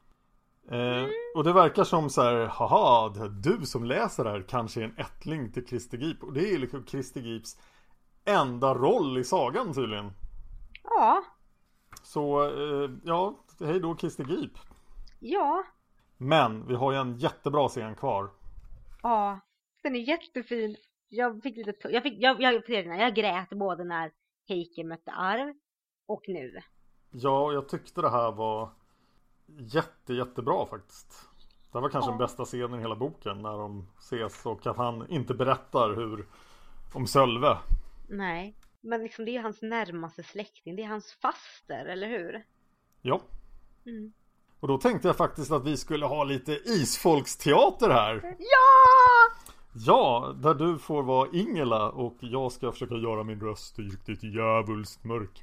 Eh, och det verkar som så här, haha, det är du som läser här kanske är en ättling till Christer Grip. Och det är liksom Christer Grips enda roll i sagan tydligen. Ja. Så, eh, ja, hej då Christer Grip. Ja. Men vi har ju en jättebra scen kvar. Ja, den är jättefin. Jag fick lite jag fick jag jag, jag, jag grät både när Heike mötte Arv och nu. Ja, jag tyckte det här var jätte jättebra faktiskt. Det var kanske ja. den bästa scenen i hela boken när de ses och att han inte berättar hur om Sölve. Nej, men liksom det är hans närmaste släkting, det är hans faster, eller hur? Ja. Mm. Och då tänkte jag faktiskt att vi skulle ha lite isfolksteater här. Ja! Ja, där du får vara Ingela och jag ska försöka göra min röst riktigt djävulskt mörk.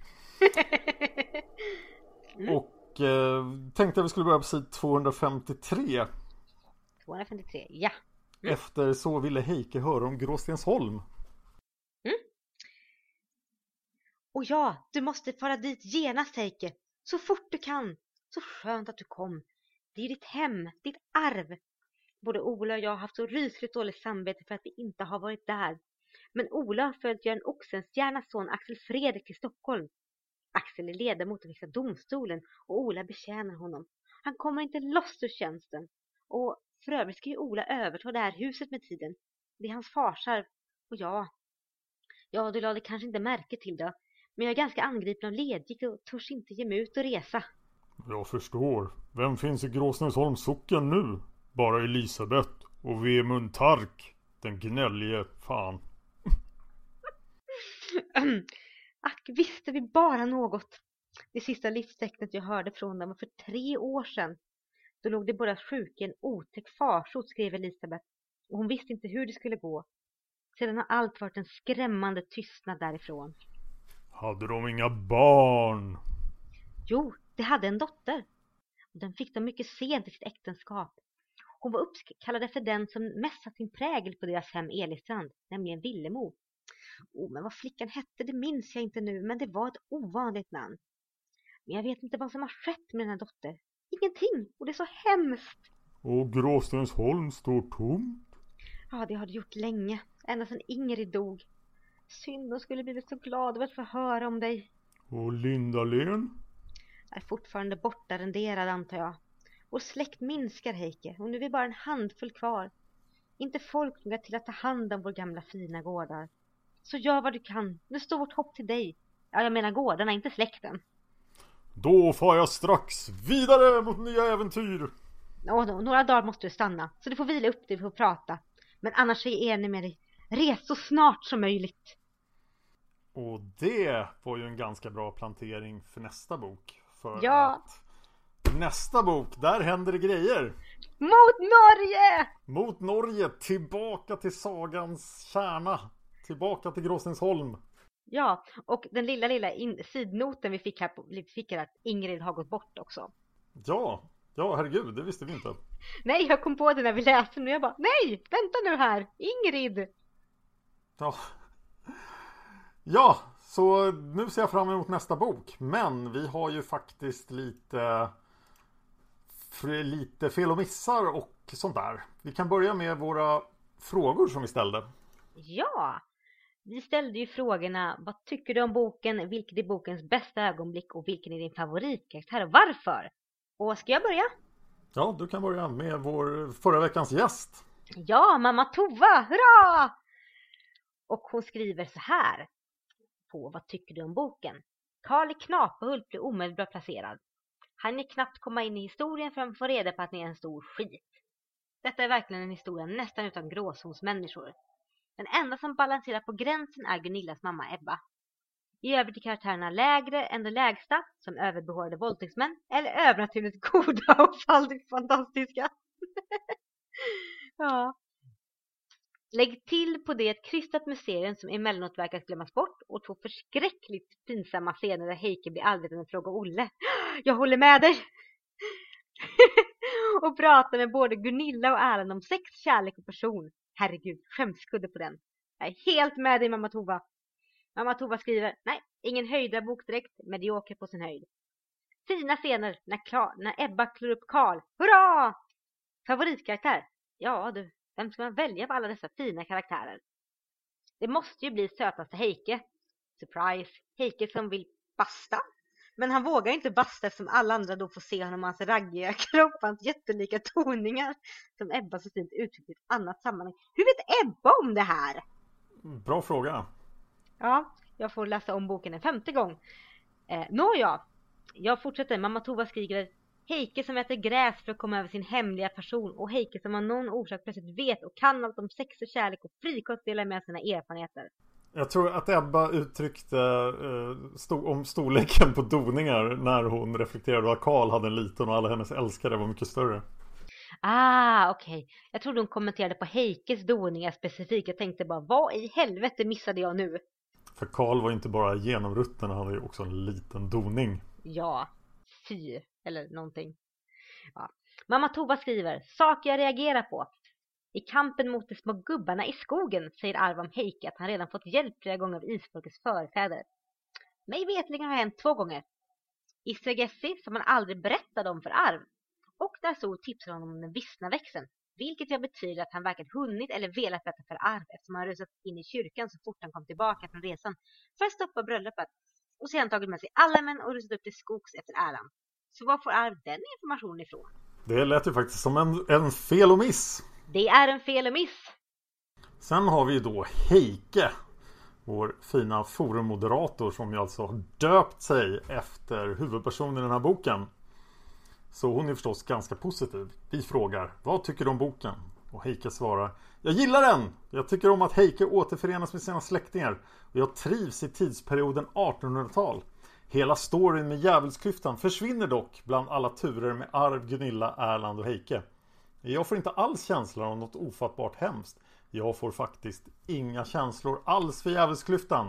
mm. Och eh, tänkte att vi skulle börja på sid tvåhundrafemtiotre. tvåhundrafemtiotre, ja. Mm. Efter så ville Heike höra om Gråstensholm. Mm. Och ja, du måste fara dit genast Heike. Så fort du kan. Så skönt att du kom. Det är ditt hem, ditt arv. Både Ola och jag har haft så rysligt dåligt samvete för att vi inte har varit där. Men Ola har följt Göran Oxenstiernas son Axel Fredrik till Stockholm. Axel är ledamot av Högsta domstolen och Ola betjänar honom. Han kommer inte loss ur tjänsten. Och för övrigt ska ju Ola överta det här huset med tiden. Det är hans farsarv. Och ja, ja du lade kanske inte märke till det. Men jag är ganska angripen av ledgikt och törs inte ge mig ut och resa. Jag förstår. Vem finns i Gråstensholms socken nu? Bara Elisabeth och Vemund Tark. Den gnällige fan. Ack, visste vi bara något. Det sista livstecknet jag hörde från dem var för tre år sedan. Då låg de båda sjuka i en otäck farsot, skrev Elisabeth. Och hon visste inte hur det skulle gå. Sedan har allt varit en skrämmande tystnad därifrån. Hade de inga barn? Jo, de hade en dotter. Och den fick de mycket sent i sitt äktenskap. Hon var uppkallad efter den som mest satt sin prägel på deras hem Elistrand, nämligen Villemo. Oh, men vad flickan hette, det minns jag inte nu, men det var ett ovanligt namn. Men jag vet inte vad som har skett med den här dotter. Ingenting, och det är så hemskt. Och Gråstensholm står tomt? Ja, det har det gjort länge, ända sedan Ingrid dog. Synd, hon skulle blivit så glad över att få höra om dig. Och Lindalen? Är fortfarande bortarenderad, antar jag. Vår släkt minskar, Heike, och nu är vi bara en handfull kvar. Inte folk nog till att ta hand om vår gamla fina gårdar. Så gör vad du kan, nu står vårt hopp till dig. Ja, jag menar gårdarna, inte släkten. Då får jag strax vidare mot nya äventyr. Åh, då, några dagar måste du stanna, så du får vila upp dig för att prata. Men annars är jag enig med dig. Res så snart som möjligt. Och det var ju en ganska bra plantering för nästa bok. För ja. att nästa bok, där händer det grejer. Mot Norge! Mot Norge, tillbaka till sagans kärna. Tillbaka till Gråstensholm. Ja, och den lilla, lilla in- sidnoten vi fick här på, vi fick här att Ingrid har gått bort också. Ja, ja herregud, det visste vi inte. Nej, jag kom på det när vi läste nu. Jag bara, nej, vänta nu här, Ingrid. Ja. Ja, så nu ser jag fram emot nästa bok. Men vi har ju faktiskt lite lite fel och missar och sånt där. Vi kan börja med våra frågor som vi ställde. Ja, vi ställde ju frågorna: vad tycker du om boken? Vilket är bokens bästa ögonblick? Och vilken är din favoritkaraktär och varför? Och ska jag börja? Ja, du kan börja med vår förra veckans gäst. Ja, mamma Tova, hurra! Och hon skriver så här på vad tycker du om boken? Karl Knapehult blir omedelbart placerad. Han är knappt komma in i historien för att få reda på att ni är en stor skit. Detta är verkligen en historia nästan utan gråzonsmänniskor. Den enda som balanserar på gränsen är Gunillas mamma Ebba. I övrigt är karaktärerna lägre än det lägsta, som överbehårade våldtäktsmän, eller övernaturligt goda och faldigt fantastiska. Ja. Lägg till på det ett krystat museum som emellanåt verkar glömmas bort och två förskräckligt pinsamma scener där Heike blir alldeles med fråga Olle. Jag håller med dig! Och pratar med både Gunilla och Erland om sex, kärlek och person. Herregud, skämskudde på den. Jag är helt med dig, mamma Tova. Mamma Tova skriver, nej, ingen höjda bok direkt, medioker på sin höjd. Fina scener när, Kla- när Ebba klår upp Karl. Hurra! Favoritkaraktär? Ja du, vem ska man välja på alla dessa fina karaktärer? Det måste ju bli sötaste Heike. Surprise, Heike som vill basta. Men han vågar inte basta eftersom alla andra då får se honom och hans raggiga kropp, hans jättelika toningar som Ebba så fint uttryckt i ett annat sammanhang. Hur vet Ebba om det här? Bra fråga. Ja, jag får läsa om boken en femte gång. Eh, Nåja, jag fortsätter. Mamma Tova skriver Heike som äter gräs för att komma över sin hemliga person och Heike som av någon orsak plötsligt vet och kan allt om sex och kärlek och frikost delar med sina erfarenheter. Jag tror att Ebba uttryckte eh, sto- om storleken på doningar när hon reflekterade att Karl hade en liten och alla hennes älskare var mycket större. Ah, okej. Okay. Jag trodde hon kommenterade på Heikes doningar specifikt. Jag tänkte bara, vad i helvete missade jag nu? För Karl var inte bara genomrutten, han var ju också en liten doning. Ja, fy. Eller någonting. Ja. Mamma Tova skriver, saker jag reagerar på. I kampen mot de små gubbarna i skogen säger Arv om Heike att han redan fått hjälp flera gånger av isfolkets företrädare. Mig vetligen har det hänt två gånger. I Svegessi som han aldrig berättade om för Arv. Och där Sol tipsar honom om den vissna växeln. Vilket jag betyder att han varken hunnit eller velat berätta för Arv eftersom han rusat in i kyrkan så fort han kom tillbaka från resan för att stoppa bröllopet. Och sedan tagit med sig alla män och rusat upp till skogs efter Erland. Så var får Arv den informationen ifrån? Det lät ju faktiskt som en, en fel och miss. Det är en fel och miss. Sen har vi då Heike, vår fina forummoderator som ju alltså har döpt sig efter huvudpersonen i den här boken. Så hon är förstås ganska positiv. Vi frågar, vad tycker du om boken? Och Heike svarar, jag gillar den! Jag tycker om att Heike återförenas med sina släktingar. Och jag trivs i tidsperioden artonhundratal. Hela storyn med djävulsklyftan försvinner dock bland alla turer med Arv, Gunilla, Erland och Heike. Jag får inte alls känslor av något ofattbart hemskt. Jag får faktiskt inga känslor alls för djävulsklyftan.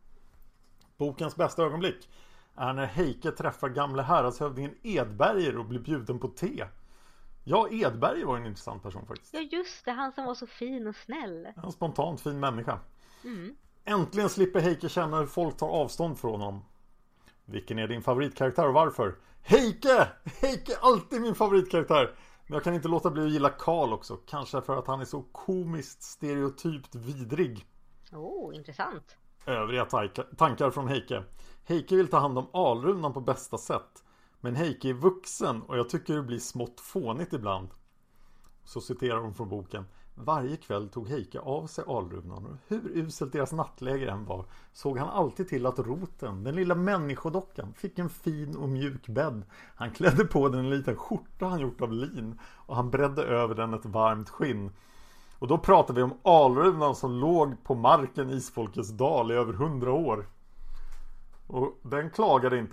Bokens bästa ögonblick är när Heike träffar gamla häradshövdingen Edberger och blir bjuden på te. Ja, Edberger var en intressant person faktiskt. Ja just det, han som var så fin och snäll. En spontant fin människa. Mm. Äntligen slipper Heike känna hur folk tar avstånd från honom. Vilken är din favoritkaraktär och varför? Heike! Heike är alltid min favoritkaraktär. Men jag kan inte låta bli att gilla Karl också. Kanske för att han är så komiskt stereotypt vidrig. Oh, intressant. Övriga ta- tankar från Heike. Heike vill ta hand om Alrunan på bästa sätt. Men Heike är vuxen och jag tycker det blir smått fånigt ibland. Så citerar hon från boken. Varje kväll tog Heike av sig Alrunan och hur uselt deras nattläge än var såg han alltid till att roten, den lilla människodockan, fick en fin och mjuk bädd. Han klädde på den en liten skjorta han gjort av lin och han bredde över den ett varmt skinn. Och då pratar vi om Alrunan som låg på marken i Isfolkets dal i över hundra år. Och den klagade inte.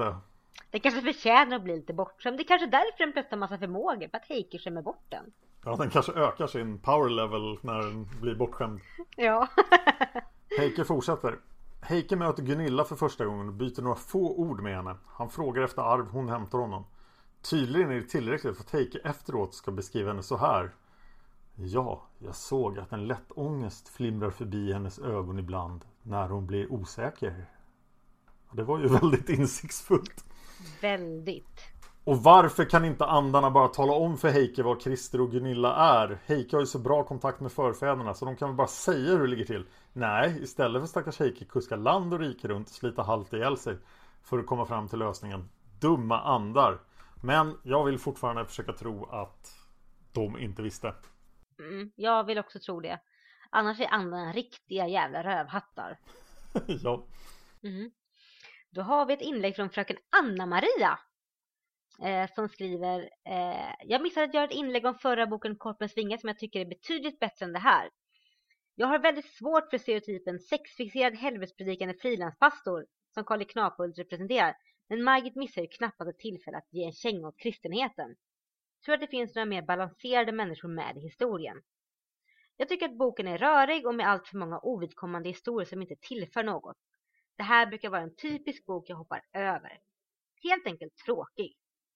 Det kanske förtjänar att bli lite bortskämd. Det är kanske därför den plötsligt har massa förmågor, för att Heike skämmer bort den. Ja, den kanske ökar sin power level när den blir bortskämd. Ja. Heike fortsätter. Heike möter Gunilla för första gången och byter några få ord med henne. Han frågar efter arv, hon hämtar honom. Tydligen är det tillräckligt för att Heike efteråt ska beskriva henne så här. Ja, jag såg att en lätt ångest flimrar förbi hennes ögon ibland när hon blir osäker. Det var ju väldigt insiktsfullt. Väldigt. Och varför kan inte andarna bara tala om för Heike vad Christer och Gunilla är? Heike har ju så bra kontakt med förfäderna så de kan väl bara säga hur det ligger till. Nej, istället för stackars Heike kuska land och rike runt och slita halt ihjäl sig för att komma fram till lösningen. Dumma andar. Men jag vill fortfarande försöka tro att de inte visste. Mm, jag vill också tro det. Annars är andarna riktiga jävla rövhattar. Ja. Mm. Då har vi ett inlägg från fröken Anna-Maria. Eh, som skriver eh, jag missade att göra ett inlägg om förra boken Korpens vingar som jag tycker är betydligt bättre än det här. Jag har väldigt svårt för stereotypen sexfixerad helvetspredikande frilanspastor som Karl Knapult representerar, men Margit missar ju knappast ett tillfälle att ge en känga åt kristenheten. Jag tror att det finns några mer balanserade människor med i historien. Jag tycker att boken är rörig och med allt för många ovidkommande historier som inte tillför något. Det här brukar vara en typisk bok jag hoppar över. Helt enkelt tråkig.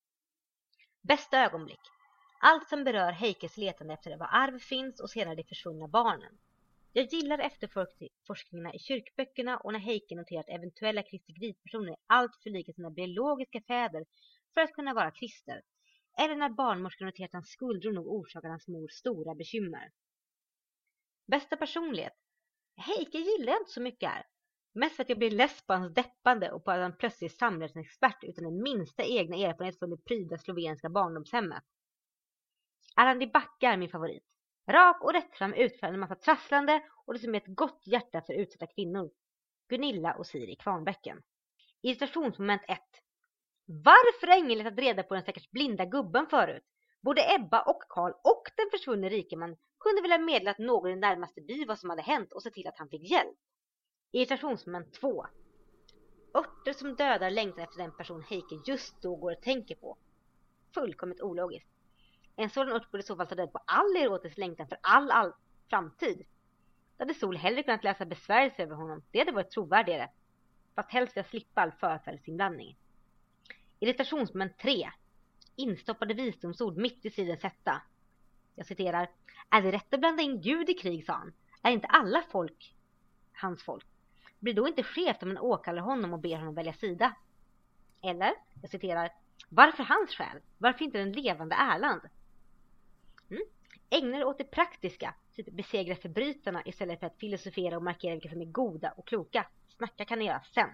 Bästa ögonblick. Allt som berör Heikes letande efter var arv finns och sedan de försvunna barnen. Jag gillar efterforskningarna i kyrkböckerna och när Heike noterar att eventuella Kristi grispersoner är allt för lika sina biologiska fäder för att kunna vara krister. Eller när barnmorskan noterar att hans skuldror nog orsakar hans mor stora bekymmer. Bästa personlighet. Heike gillar jag inte så mycket här. Mest för att jag blir less på hans deppande och på att han plötsligt samlar en expert utan den minsta egna erfarenhet från det pryda slovenska barndomshemmet. Allan Di Backa är min favorit. Rak och rättfram utför en massa trasslande och det som är ett gott hjärta för utsatta kvinnor. Gunilla och Siri Kvarnbäcken. Irritationsmoment ett. Varför har ingen letat reda på den stackars blinda gubben förut? Både Ebba och Karl och den försvunne rikeman kunde väl ha meddelat någon i närmaste by vad som hade hänt och se till att han fick hjälp. Irritationsmoment två. Örter som dödar längtan efter den person Heike just då går och tänker på. Fullkomligt ologiskt. En sådan ört borde i så fall ta död på all erotisk längtan för all, all framtid. Då hade Sol hellre kunnat läsa besvärjelse över honom. Det hade varit trovärdigare. Fast helst jag slippa all förfällsinblandning. Irritationsmoment tre. Instoppade visdomsord mitt i sidens hetta. Jag citerar. Är det rätt att blanda in Gud i krig, sa han. Är inte alla folk hans folk? Blir då inte skevt om man åkallar honom och ber honom välja sida? Eller, jag citerar. Varför hans själ? Varför inte den levande Erland? Mm. Ägnar åt det praktiska, typ besegra förbrytarna istället för att filosofera och markera vilka som är goda och kloka. Snacka kan ni göra sen.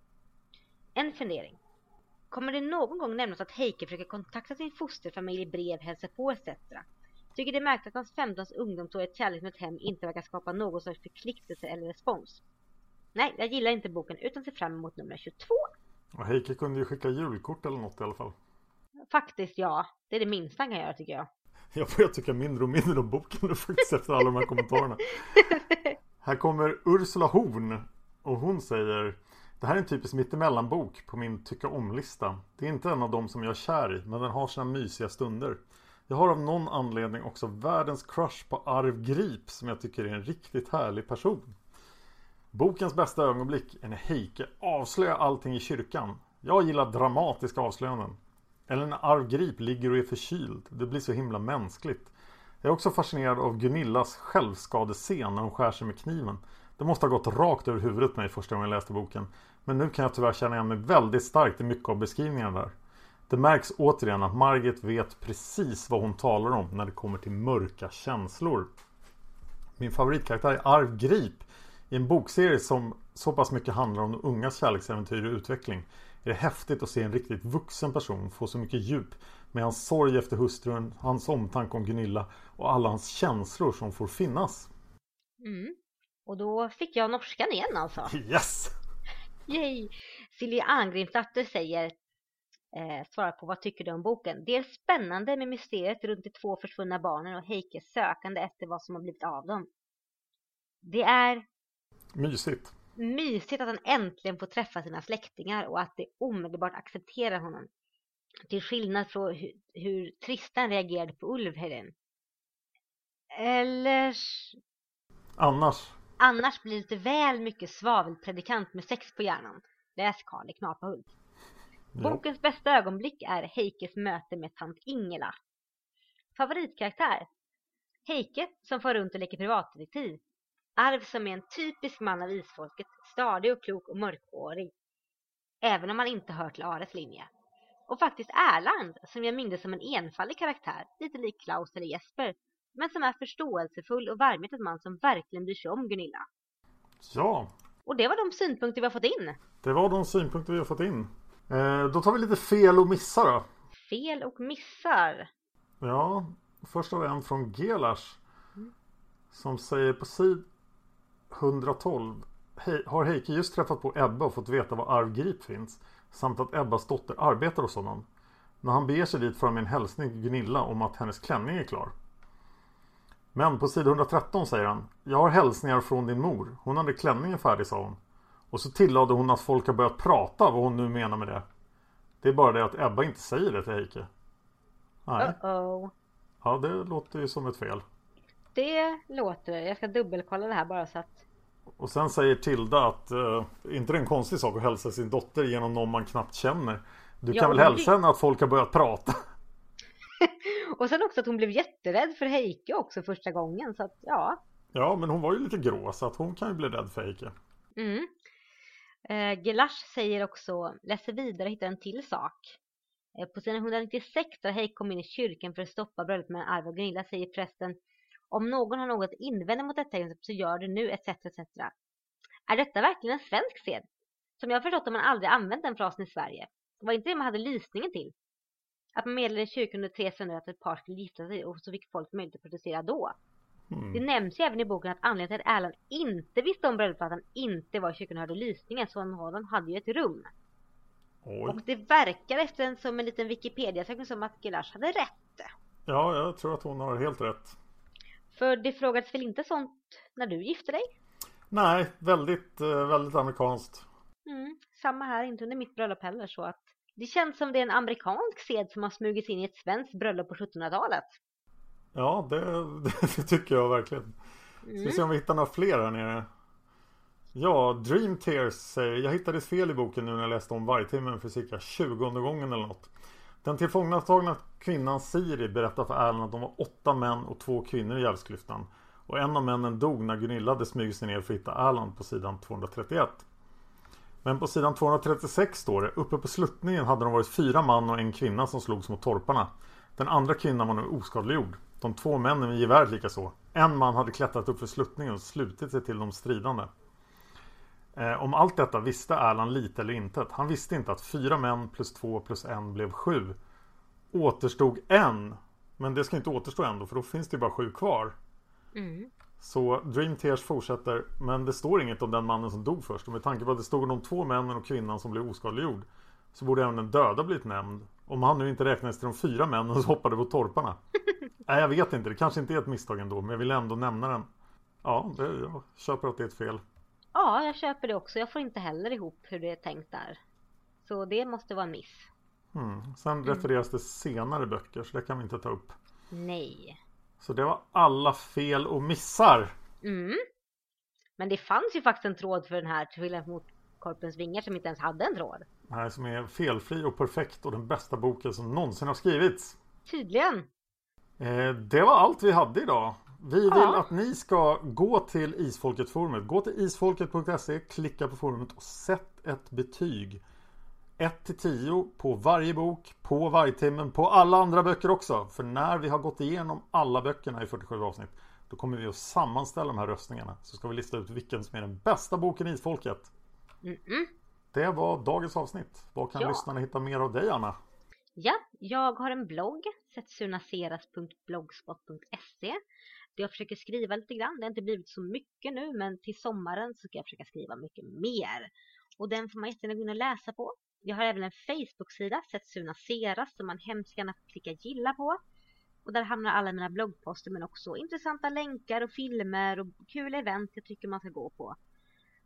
En fundering. Kommer det någon gång nämnas att Heike försöker kontakta sin fosterfamilj i brev, hälsa på et cetera? Tycker det är märkt att hans femtons ungdomsår ett kärlek med ett hem inte verkar skapa någon sorts förpliktelse eller respons. Nej, jag gillar inte boken utan ser fram emot nummer tjugotvå. Och Heike kunde ju skicka julkort eller något i alla fall. Faktiskt, ja. Det är det minsta han kan göra, tycker jag. Jag börjar tycka mindre och mindre om boken nu faktiskt efter alla de här kommentarerna. Här kommer Ursula Horn och hon säger: det här är en typisk mittemellanbok på min tycka om-lista. Det är inte en av dem som jag är kär i, men den har sina mysiga stunder. Jag har av någon anledning också världens crush på Arv Grip som jag tycker är en riktigt härlig person. Bokens bästa ögonblick är när Heike avslöjar allting i kyrkan. Jag gillar dramatiska avslöjanden. Eller när Arv Grip ligger och är förkyld. Det blir så himla mänskligt. Jag är också fascinerad av Gunillas självskadescen när hon skär sig med kniven. Det måste ha gått rakt över huvudet mig första gången jag läste boken. Men nu kan jag tyvärr känna igen mig väldigt starkt i mycket av beskrivningen där. Det märks återigen att Margit vet precis vad hon talar om när det kommer till mörka känslor. Min favoritkaraktär är Arv Grip. I en bokserie som så pass mycket handlar om de ungas kärleksäventyr och utveckling är det häftigt att se en riktigt vuxen person få så mycket djup med hans sorg efter hustrun, hans omtanke om Gunilla och alla hans känslor som får finnas. Mm. Och då fick jag norskan igen alltså. Yes! Yay! Silja Angrimsdatter säger, eh, svarar på vad tycker du om boken. Det är spännande med mysteriet runt de två försvunna barnen och Heikes sökande efter vad som har blivit av dem. Det är... mysigt. mysigt att han äntligen får träffa sina släktingar och att det omedelbart accepterar honom. Till skillnad från hur, hur Tristan reagerade på Ulvheden. Eller... Annars. Annars blir det lite väl mycket svavelpredikant med sex på hjärnan. Läs Karl i Knapahult. Ja. Bokens bästa ögonblick är Heikes möte med tant Ingela. Favoritkaraktär. Heike som får runt och leker privatdetektiv. Arv som är en typisk man av isfolket. Stadig och klok och mörkhårig. Även om man inte hör till Ares linje. Och faktiskt Erland som jag minns som en enfaldig karaktär. Lite lik Klaus eller Jesper. Men som är förståelsefull och varmhjärtad man som verkligen bryr sig om Gunilla. Ja. Och det var de synpunkter vi har fått in. Det var de synpunkter vi har fått in. Eh, då tar vi lite fel och missar då. Fel och missar. Ja, först har vi en från Gelars. Mm. Som säger på sid hundratolv. He- har Heike just träffat på Ebba och fått veta var Arvgrip finns. Samt att Ebbas dotter arbetar hos honom. När han beger sig dit får han med en hälsning till Gunilla om att hennes klänning är klar. Men på sid hundratretton säger han: jag har hälsningar från din mor. Hon hade klänningen färdig, sa hon. Och så tillade hon att folk har börjat prata, vad hon nu menar med det. Det är bara det att Ebba inte säger det till Heike. Nej. Uh-oh. Ja, det låter ju som ett fel. Det låter det. Jag ska dubbelkolla det här bara så att... Och sen säger Tilda att uh, inte det är en konstig sak att hälsa sin dotter genom någon man knappt känner. Du ja, kan väl hälsa henne att folk har börjat prata. Och sen också att hon blev jätterädd för Heike också första gången. Så att, ja. Ja, men hon var ju lite grå så att hon kan ju bli rädd för Heike. Mm. Eh, Gelash säger också, läser vidare och hittar en till sak. Eh, på sidan hundranittiosex där Heike kom in i kyrkan för att stoppa bröllopet med Arve och Gunilla säger prästen: om någon har något att invända mot detta så gör det nu, et cetera et cetera. Är detta verkligen en svensk sed? Som jag har förstått att man aldrig använt den frasen i Sverige. Var inte det man hade lysningen till? Att man meddelade i kyrkan under tre sönder att ett par skulle gifta sig och så fick folk möjlighet att protestera då. Mm. Det nämns ju även i boken att anledningen till att Erland inte visste om bröllopet att han inte var i kyrkan och hörde lysningen, så han hade ju ett rum. Oj. Och det verkar efter en som en liten Wikipedia-sökning som att Gelash hade rätt. Ja, jag tror att hon har helt rätt. För det frågades väl inte sånt när du gifte dig? Nej, väldigt, väldigt amerikanskt. Mm, samma här, inte under mitt bröllop heller, så att det känns som det är en amerikansk sed som har smugits in i ett svenskt bröllop på sjuttonhundratalet. Ja, det, det tycker jag verkligen. Mm. Ska vi se om vi hittar några fler här nere. Ja, Dream Tears säger: jag hittade ett fel i boken nu när jag läste om Vargtimmen för cirka tjugonde gången eller något. Den tillfångatagna kvinnan Siri berättar för Erland att de var åtta män och två kvinnor i Järvsklyftan. Och en av männen dog när Gunilla hade smugit sig ner för att hitta Erland på sidan tvåhundratrettioett. Men på sidan tvåhundratrettiosex står det: uppe på sluttningen hade de varit fyra man och en kvinna som slogs mot torparna. Den andra kvinnan var nu oskadliggjord. De två männen med geväret lika så. En man hade klättrat upp för sluttningen och slutit sig till de stridande. Eh, om allt detta visste Erland lite eller inte. Han visste inte att fyra män plus två plus en blev sju. Återstod en. Men det ska inte återstå en då, för då finns det ju bara sju kvar. Mm. Så Dream Tears fortsätter. Men det står inget om den mannen som dog först. Och med tanke på att det stod om de två männen och kvinnan som blev oskadliggjord, så borde även den döda blivit nämnd. Om han nu inte räknas till de fyra männen som hoppade på torparna. Nej, jag vet inte. Det kanske inte är ett misstag ändå. Men jag vill ändå nämna den. Ja, det, jag köper att det är ett fel. Ja, jag köper det också. Jag får inte heller ihop hur det är tänkt där. Så det måste vara en miss. Mm. Sen mm. refereras det senare böcker, så det kan vi inte ta upp. Nej. Så det var alla fel och missar. Mm. Men det fanns ju faktiskt en tråd för den här, till skillnad mot Korpens vingar som inte ens hade en tråd. Det här som är felfri och perfekt och den bästa boken som någonsin har skrivits. Tydligen. Eh, det var allt vi hade idag. Vi vill ja. att ni ska gå till Isfolket-forumet. Gå till isfolket punkt se, klicka på forumet och sätt ett betyg. ett till tio på varje bok, på Vargtimmen, på alla andra böcker också. För när vi har gått igenom alla böckerna i fyrtiosju avsnitt, då kommer vi att sammanställa de här röstningarna. Så ska vi lista ut vilken som är den bästa boken i Isfolket. Mm-mm. Det var dagens avsnitt. Vad kan ja. lyssnarna hitta mer av dig, Anna? Ja, jag har en blogg, setsunaseras punkt blogspot punkt se. Jag försöker skriva lite grann. Det har inte blivit så mycket nu, men till sommaren så ska jag försöka skriva mycket mer. Och den får man jättegärna gå in och läsa på. Jag har även en Facebook-sida, setsunaseras, som man hemskt gärna får klicka gilla på. Och där hamnar alla mina bloggposter, men också intressanta länkar och filmer och kul event jag tycker man ska gå på.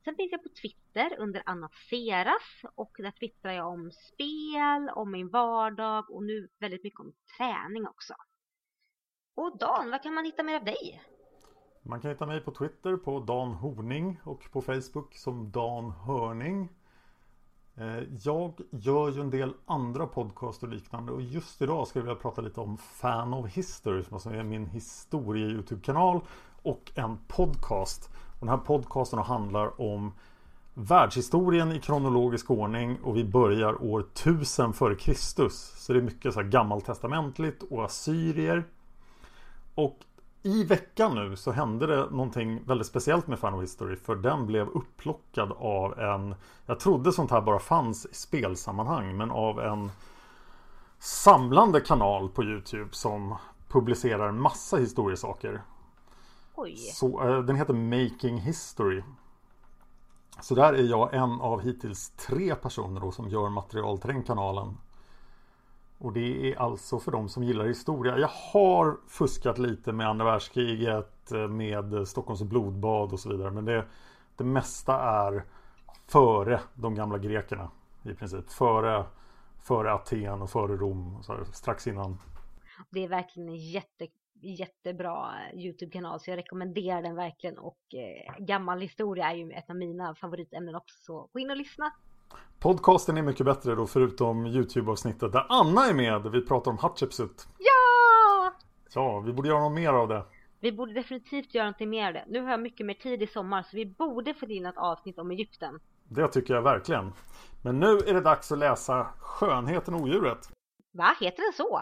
Sen finns jag på Twitter under Anna Seras och där twittrar jag om spel, om min vardag och nu väldigt mycket om träning också. Och Dan, vad kan man hitta mer av dig? Man kan hitta mig på Twitter på Dan Horning och på Facebook som Dan Hörning. Jag gör ju en del andra podcast och liknande och just idag ska vi prata lite om Fan of History som är min historie-YouTube-kanal och en podcast. Och den här podcasten handlar om världshistorien i kronologisk ordning och vi börjar år tusen före Kristus. Så det är mycket så här gammaltestamentligt och assyrier. Och i veckan nu så hände det någonting väldigt speciellt med Fan of History för den blev upplockad av en, jag trodde sånt här bara fanns i spelsammanhang, men av en samlande kanal på YouTube som publicerar en massa historiesaker. Oj. Så, äh, den heter Making History. Så där är jag en av hittills tre personer då som gör material till den kanalen. Och det är alltså för de som gillar historia. Jag har fuskat lite med andra världskriget, med Stockholms blodbad och så vidare. Men det, det mesta är före de gamla grekerna i princip. Före, före Aten och före Rom, så här, strax innan. Det är verkligen en jätte, jättebra YouTube-kanal så jag rekommenderar den verkligen. Och eh, gammal historia är ju ett av mina favoritämnen också, så gå in och lyssna. Podcasten är mycket bättre då förutom YouTube-avsnittet där Anna är med. Vi pratar om Hatshepsut. Ja! Ja, vi borde göra något mer av det. Vi borde definitivt göra något mer av det. Nu har jag mycket mer tid i sommar så vi borde få in ett avsnitt om Egypten. Det tycker jag verkligen. Men nu är det dags att läsa Skönheten och odjuret. Va? Heter den så?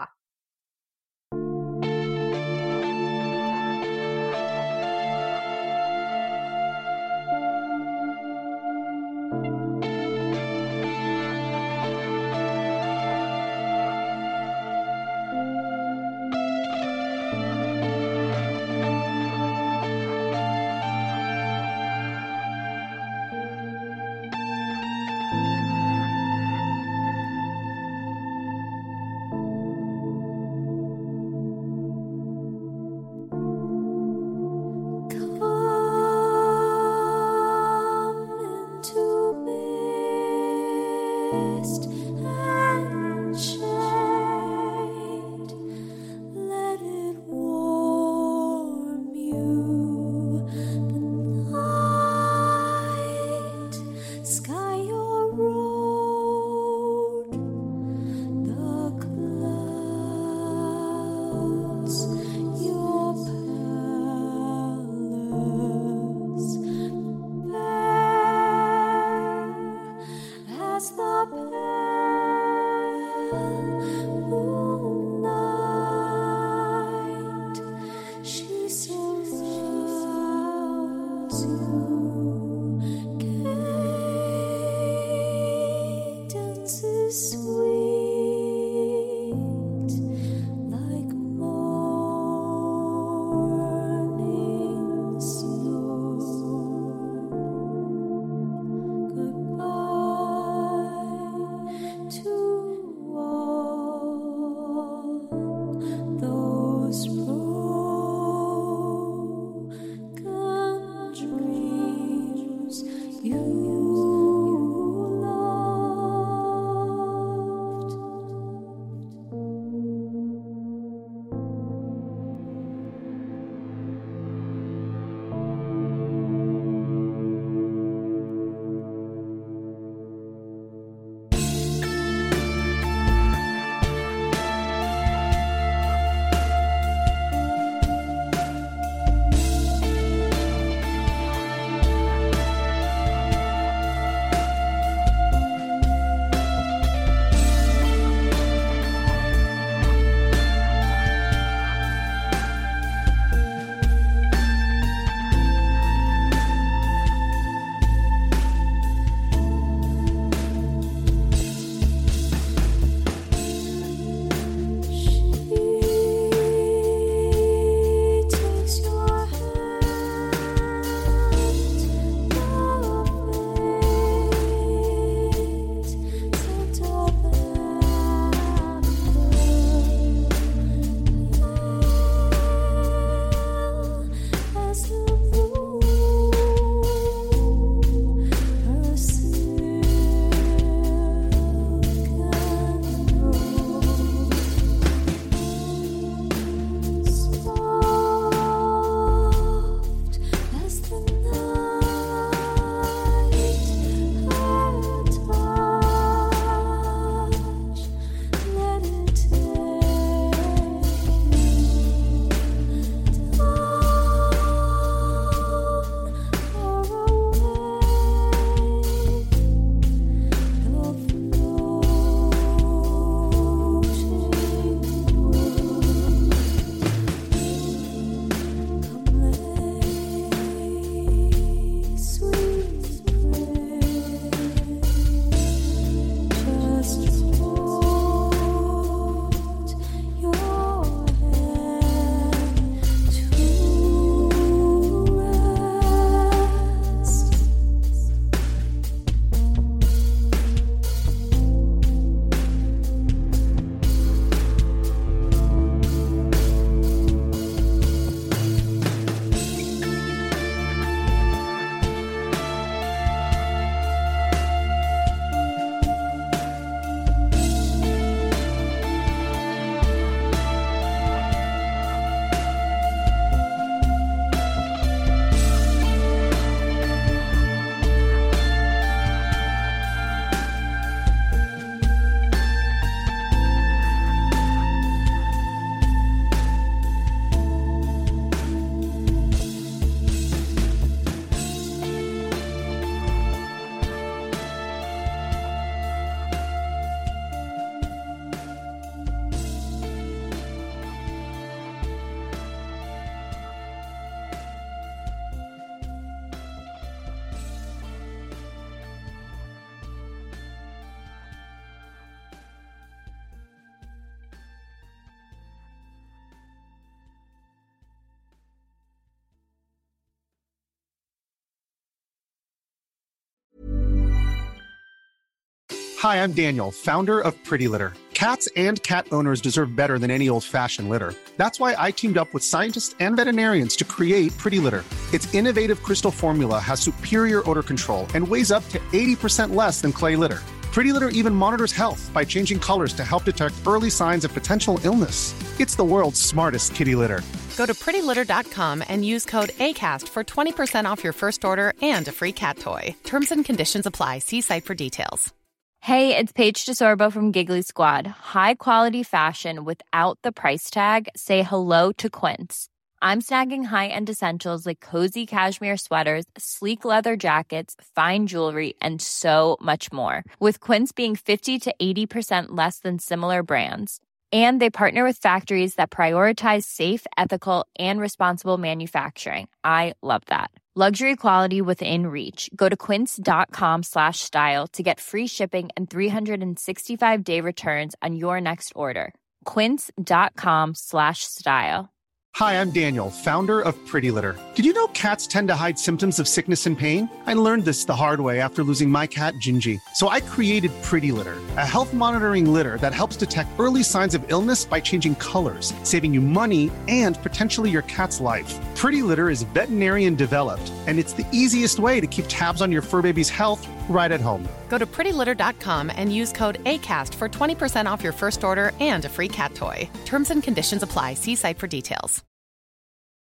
Hi, I'm Daniel, founder of Pretty Litter. Cats and cat owners deserve better than any old-fashioned litter. That's why I teamed up with scientists and veterinarians to create Pretty Litter. Its innovative crystal formula has superior odor control and weighs up to eighty percent less than clay litter. Pretty Litter even monitors health by changing colors to help detect early signs of potential illness. It's the world's smartest kitty litter. Go to pretty litter dot com and use code ACAST for twenty percent off your first order and a free cat toy. Terms and conditions apply. See site for details. Hey, it's Paige DeSorbo from Giggly Squad. High quality fashion without the price tag. Say hello to Quince. I'm snagging high-end essentials like cozy cashmere sweaters, sleek leather jackets, fine jewelry, and so much more. With Quince being fifty to eighty percent less than similar brands. And they partner with factories that prioritize safe, ethical, and responsible manufacturing. I love that. Luxury quality within reach. Go to quince.com slash style to get free shipping and three sixty-five day returns on your next order. Quince.com slash style. Hi, I'm Daniel, founder of Pretty Litter. Did you know cats tend to hide symptoms of sickness and pain? I learned this the hard way after losing my cat, Gingy. So I created Pretty Litter, a health monitoring litter that helps detect early signs of illness by changing colors, saving you money and potentially your cat's life. Pretty Litter is veterinarian developed, and it's the easiest way to keep tabs on your fur baby's health right at home. Go to pretty litter dot com and use code ACAST for twenty percent off your first order and a free cat toy. Terms and conditions apply. See site for details.